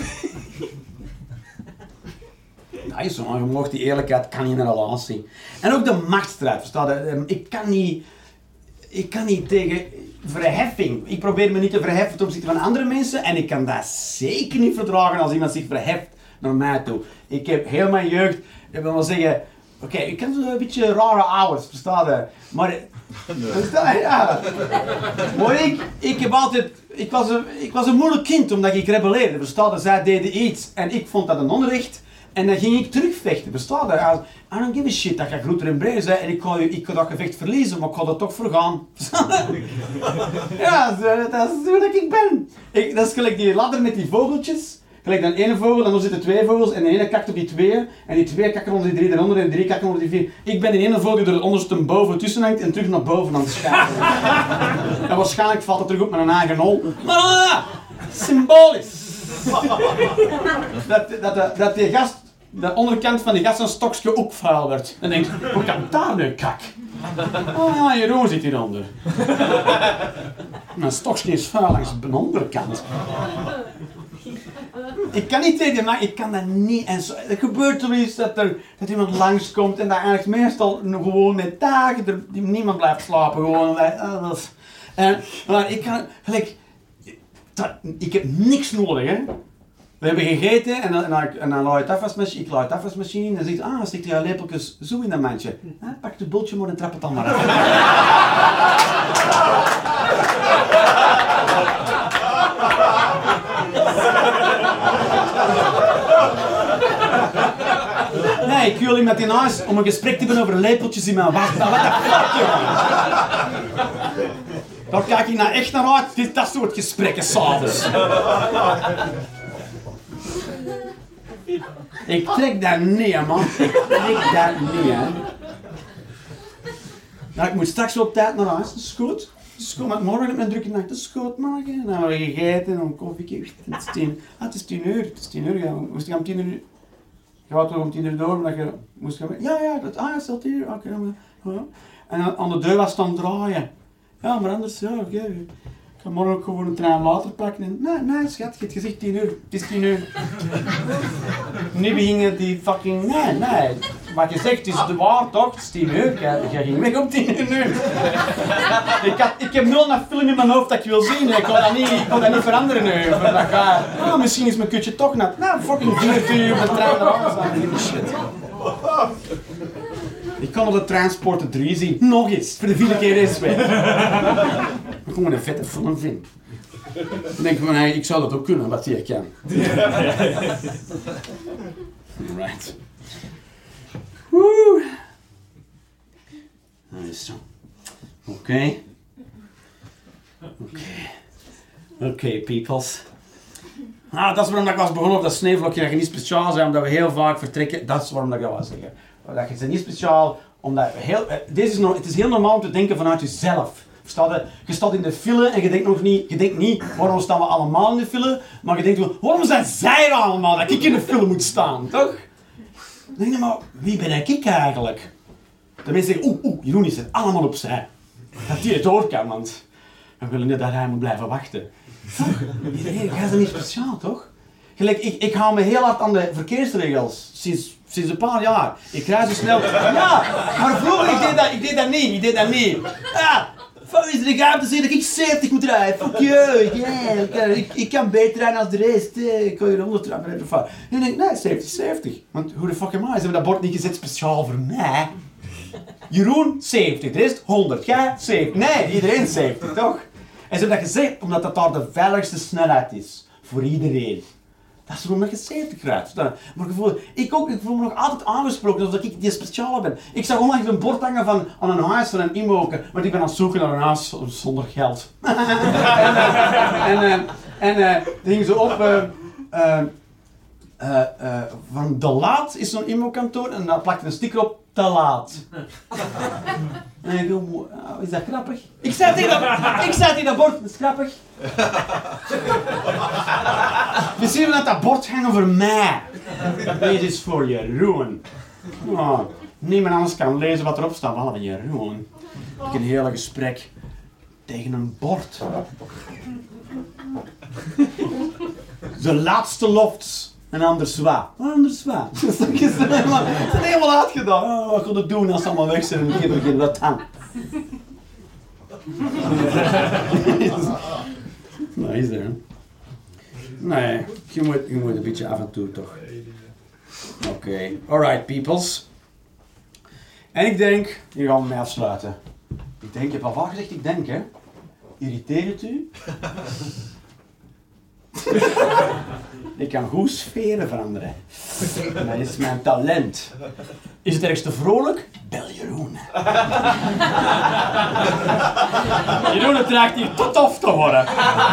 Dat is zo, je mag die eerlijkheid kan niet in een relatie. En ook de machtsstrijd, versta je? Ik kan niet, ik kan niet tegen verheffing. Ik probeer me niet te verheffen ten opzichte van andere mensen en ik kan dat zeker niet verdragen als iemand zich verheft naar mij toe. Ik heb heel mijn jeugd, ik wil wel zeggen, oké, okay, ik ken zo'n beetje rare ouders, versta je? Maar, versta je? Ja. Maar ik, ik heb altijd, ik was, een, ik was een moeilijk kind omdat ik rebelleerde, versta je? Zij deden iets en ik vond dat een onrecht. En dan ging ik terugvechten, bestaat er? I don't give a shit dat je groter en breder bent en ik ga, ik ga dat gevecht verliezen, maar ik ga er toch voor gaan. Ja, dat is hoe ik ben. Ik, dat is gelijk die ladder met die vogeltjes. Gelijk dan één vogel, dan zitten twee vogels en de ene kakt op die twee. En die twee kakken onder die drie eronder en drie kakken onder die vier. Ik ben die ene vogel die er onderste boven tussen hangt en terug naar boven aan het schuiven. En waarschijnlijk valt het terug op met een eigen hol. Maar ah, symbolisch. Dat, dat, dat, dat die gast, de onderkant van die gast een stokje ook vuil werd. En denkt, hoe kan daar nu kak? Oh ja, Jeroen zit hieronder. Mijn stokje is vuil langs de onderkant. Ik kan niet tegen maar ik kan dat niet. En zo, er gebeurt er iets dat, er, dat iemand langskomt en dat eigenlijk meestal gewoon met dagen, er, niemand blijft slapen gewoon. Uh, dat is, en, maar ik kan, gelijk, dat, ik heb niks nodig, hè. We hebben gegeten en dan, en dan, en dan laat je het afwasmachine, ik laat het afwasmachine en dan zegt ah, stik je lepeltjes zo in dat mandje. Ah, pak de bultje maar en trap het dan maar af. Nee, ik wil iemand in huis om een gesprek te hebben over lepeltjes in mijn was. What the fuck, jongen? Daar kijk ik nou echt naar uit, dit, dat soort gesprekken s'avonds. Ik trek dat niet, man. Ik trek dat niet, hè. Nou, ik moet straks op tijd naar huis, dat is goed. Dat is goed, maar morgen heb ik een drukke nacht, dat is goed, man. En dan hebben we gegeten en een koffie. Het is tien, ah, het is tien uur, het is tien uur. Ja. Moest ik om tien uur... Je gaat toch om tien uur door, omdat je moest gaan... Ja, ja, dat, ah, het staat hier, oké. Okay, ja. En aan de deur was staan draaien. Ja, maar anders, ja, oké. Okay. Ik ga morgen ook gewoon een trein later pakken. En, nee, nee, schat, je hebt gezegd tien uur. Het is tien uur. Nu begingen die fucking... Nee, nee. Wat je zegt is de waar, toch? Het is tien uur. Jij ging weg om tien uur nu. ik, had, ik heb nul naar film in mijn hoofd dat ik wil zien. Ik kon dat niet, ik kon dat niet veranderen nu. Dat ga, oh, misschien is mijn kutje toch nat. Nou, fucking vier uur op de trein eraan staan. Shit. Ik kan op de Transporter drie zien. Nog eens. Voor de vierde keer eens weer. Ik gewoon een vette film vind. Dan denk ik van, hey, ik zou dat ook kunnen, wat hij kan. Right. Woe. Dat is zo. Oké. Oké. Oké, peoples. Ah, dat is waarom ik was begonnen op dat sneeuwvlokje, dat je niet speciaal bent, omdat we heel vaak vertrekken. Dat is waarom ik dat was zeggen. Dat je ze niet speciaal Omdat heel, deze is nog, het is heel normaal om te denken vanuit jezelf. Je, je staat in de file en je denkt nog niet, je denkt niet waarom staan we allemaal in de file, maar je denkt wel, waarom zijn zij er allemaal dat ik in de file moet staan, toch? Dan denk je, maar wie ben ik eigenlijk? De mensen zeggen, oeh, oeh, Jeroen is er allemaal opzij. Dat hij het door kan, want we willen niet dat hij moet blijven wachten. Iedereen, jij bent niet speciaal, toch? Gelijk, ik, ik hou me heel hard aan de verkeersregels, sinds, sinds een paar jaar. Ik rijd zo snel. Ja, maar vroeger, ik deed dat, ik deed dat niet, ik deed dat niet. Ja, van wie is er de gaaf te zeggen dat ik zeventig moet rijden? Fuck you, yeah, ik, ik kan beter rijden als de rest. Ik kan je honderd trappen rijden. En dan denk ik, nee, zeventig, zeventig. Want hoe de fuck am I? Ze hebben dat bord niet gezet speciaal voor mij. Jeroen, zeventig, de rest honderd. Jij, zeventig. Nee, iedereen zeventig, toch? En ze hebben dat gezegd omdat dat daar de veiligste snelheid is. Voor iedereen. Dat is waarom je zeventig rijdt. Maar ik voel, ik, ook, ik voel me nog altijd aangesproken alsof ik die speciale ben. Ik zag onlangs een bord hangen van, aan een huis van een inwoker, want ik ben aan het zoeken naar een huis zonder geld. en uh, en uh, er ging zo op, uh, uh, uh, uh, van De Laat is zo'n inwokerkantoor en daar plakte een sticker op, Te Laat. En ik dacht, oh, is dat grappig? Ik zei tegen dat, ik zei tegen dat bord, dat is grappig. Misschien dat dat bord hangen voor mij. Deze is voor Jeroen. Oh, niemand anders kan lezen wat erop staat, behalve Jeroen. Ik heb een hele gesprek tegen een bord. De laatste lofts. En anders wat. Anders wat. Dat is helemaal, helemaal uitgedaan. Oh, wat ga ik doen als ze allemaal weg zijn en ik heb geen wat aan. Nee, is er. Nee, je moet, je moet een beetje af en toe toch. Oké, okay. Alright peoples. En ik denk, hier gaan we mee afsluiten. Ik denk, je hebt al vaak gezegd, ik denk hè. Irriteert het u? Ik kan goed sferen veranderen. Dat is mijn talent. Is het ergens te vrolijk? Bel Jeroen. Jeroen, het raakt hier te tof te worden.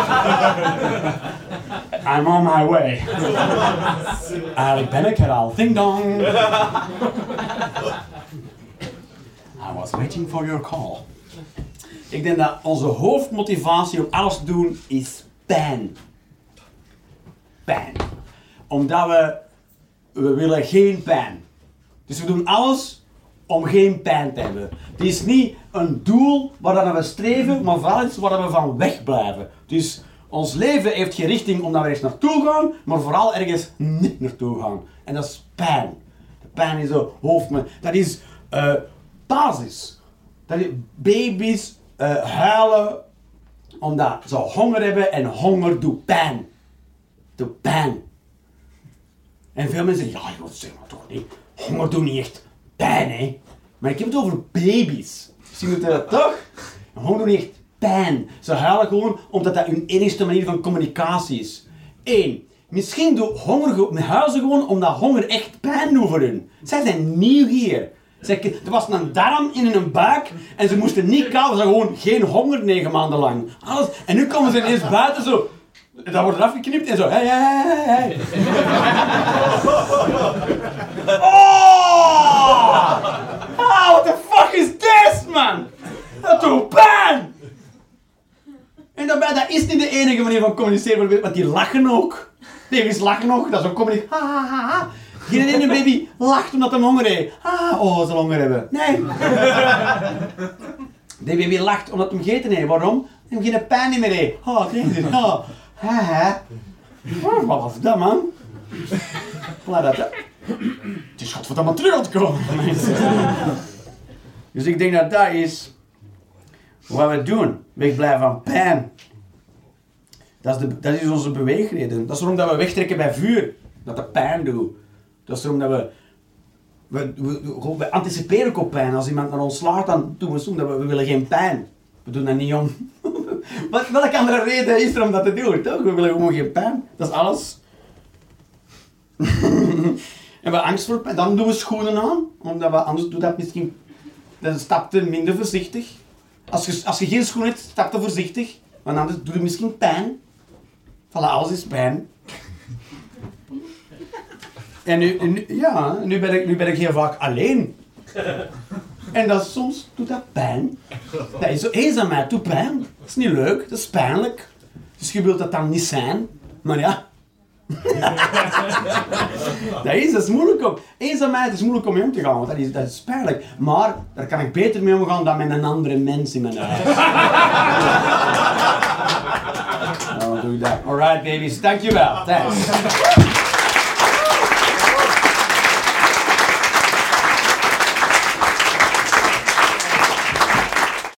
I'm on my way. Eigenlijk ben ik er al. Ding dong. I was waiting for your call. Ik denk dat onze hoofdmotivatie om alles te doen is pijn. Pijn. Omdat we, we willen geen pijn. Dus we doen alles om geen pijn te hebben. Het is niet een doel waar we streven, maar vooral iets waar we van wegblijven. Dus ons leven heeft geen richting omdat we ergens naartoe gaan, maar vooral ergens niet naartoe gaan. En dat is pijn. De pijn is de hoofdme. Dat is uh, basis. Dat is baby's uh, huilen omdat ze honger hebben en honger doet pijn. Doet pijn. En veel mensen zeggen, ja, joh, zeg maar toch niet. Honger doet niet echt pijn, hè. Maar ik heb het over baby's. Misschien moet je dat toch? Honger doet niet echt pijn. Ze huilen gewoon omdat dat hun enigste manier van communicatie is. Eén. Misschien doet honger, huilen ze gewoon omdat honger echt pijn doet voor hun. Zij zijn nieuw hier. Zij, er was een darm in hun buik en ze moesten niet kauwen. Ze hadden gewoon geen honger negen maanden lang. Alles. En nu komen ze ineens buiten zo. Dat wordt eraf geknipt en zo. Hey, hey, hey, hey. Oh! Ah, what the fuck is this, man? Dat doet pijn! En daarbij, dat is niet de enige manier van communiceren, want die lachen ook. Baby's lachen ook, dat is ook communicatie. Ha, ha, ha, ha. Geen ene baby lacht omdat hij honger heeft. Ah, oh, ze honger hebben. Nee. De baby lacht omdat hij gegeten heeft. Waarom? Hij heeft geen pijn meer heeft. Oh, kijk eens. Oh. Ha, ha. Oh, wat was dat, man? Laat dat, hè. Het is godverdamme terug aan het komen. Dus ik denk dat dat is wat we doen. Wegblijven van pijn. Dat is, de, dat is onze beweegreden. Dat is waarom dat we wegtrekken bij vuur. Dat de pijn doet. Dat is waarom dat we... We, we, we, we anticiperen ook op pijn. Als iemand naar ons slaat, dan doen we zo dat we, we willen geen pijn. We doen dat niet om... Wat, welke andere reden is er om dat te doen, toch? We willen gewoon geen pijn. Dat is alles. En we angst voor pijn. Dan doen we schoenen aan. Omdat we anders doen dat misschien... Dan stap je minder voorzichtig. Als je, als je geen schoen hebt, stap je voorzichtig. Want anders doe je misschien pijn. Voilà, alles is pijn. En nu, nu, ja, nu ben, ik, nu ben ik heel vaak alleen. En dat soms doet dat pijn. Dat is zo, eenzaamheid doet pijn. Dat is niet leuk, dat is pijnlijk. Dus je wilt dat dan niet zijn. Maar ja. dat, is, dat is moeilijk om. Eenzaamheid is moeilijk om mee om te gaan, want dat is, dat is pijnlijk. Maar daar kan ik beter mee omgaan dan met een andere mens in mijn huis. Nou, doe ik dat. Alright babies, dankjewel. Thanks.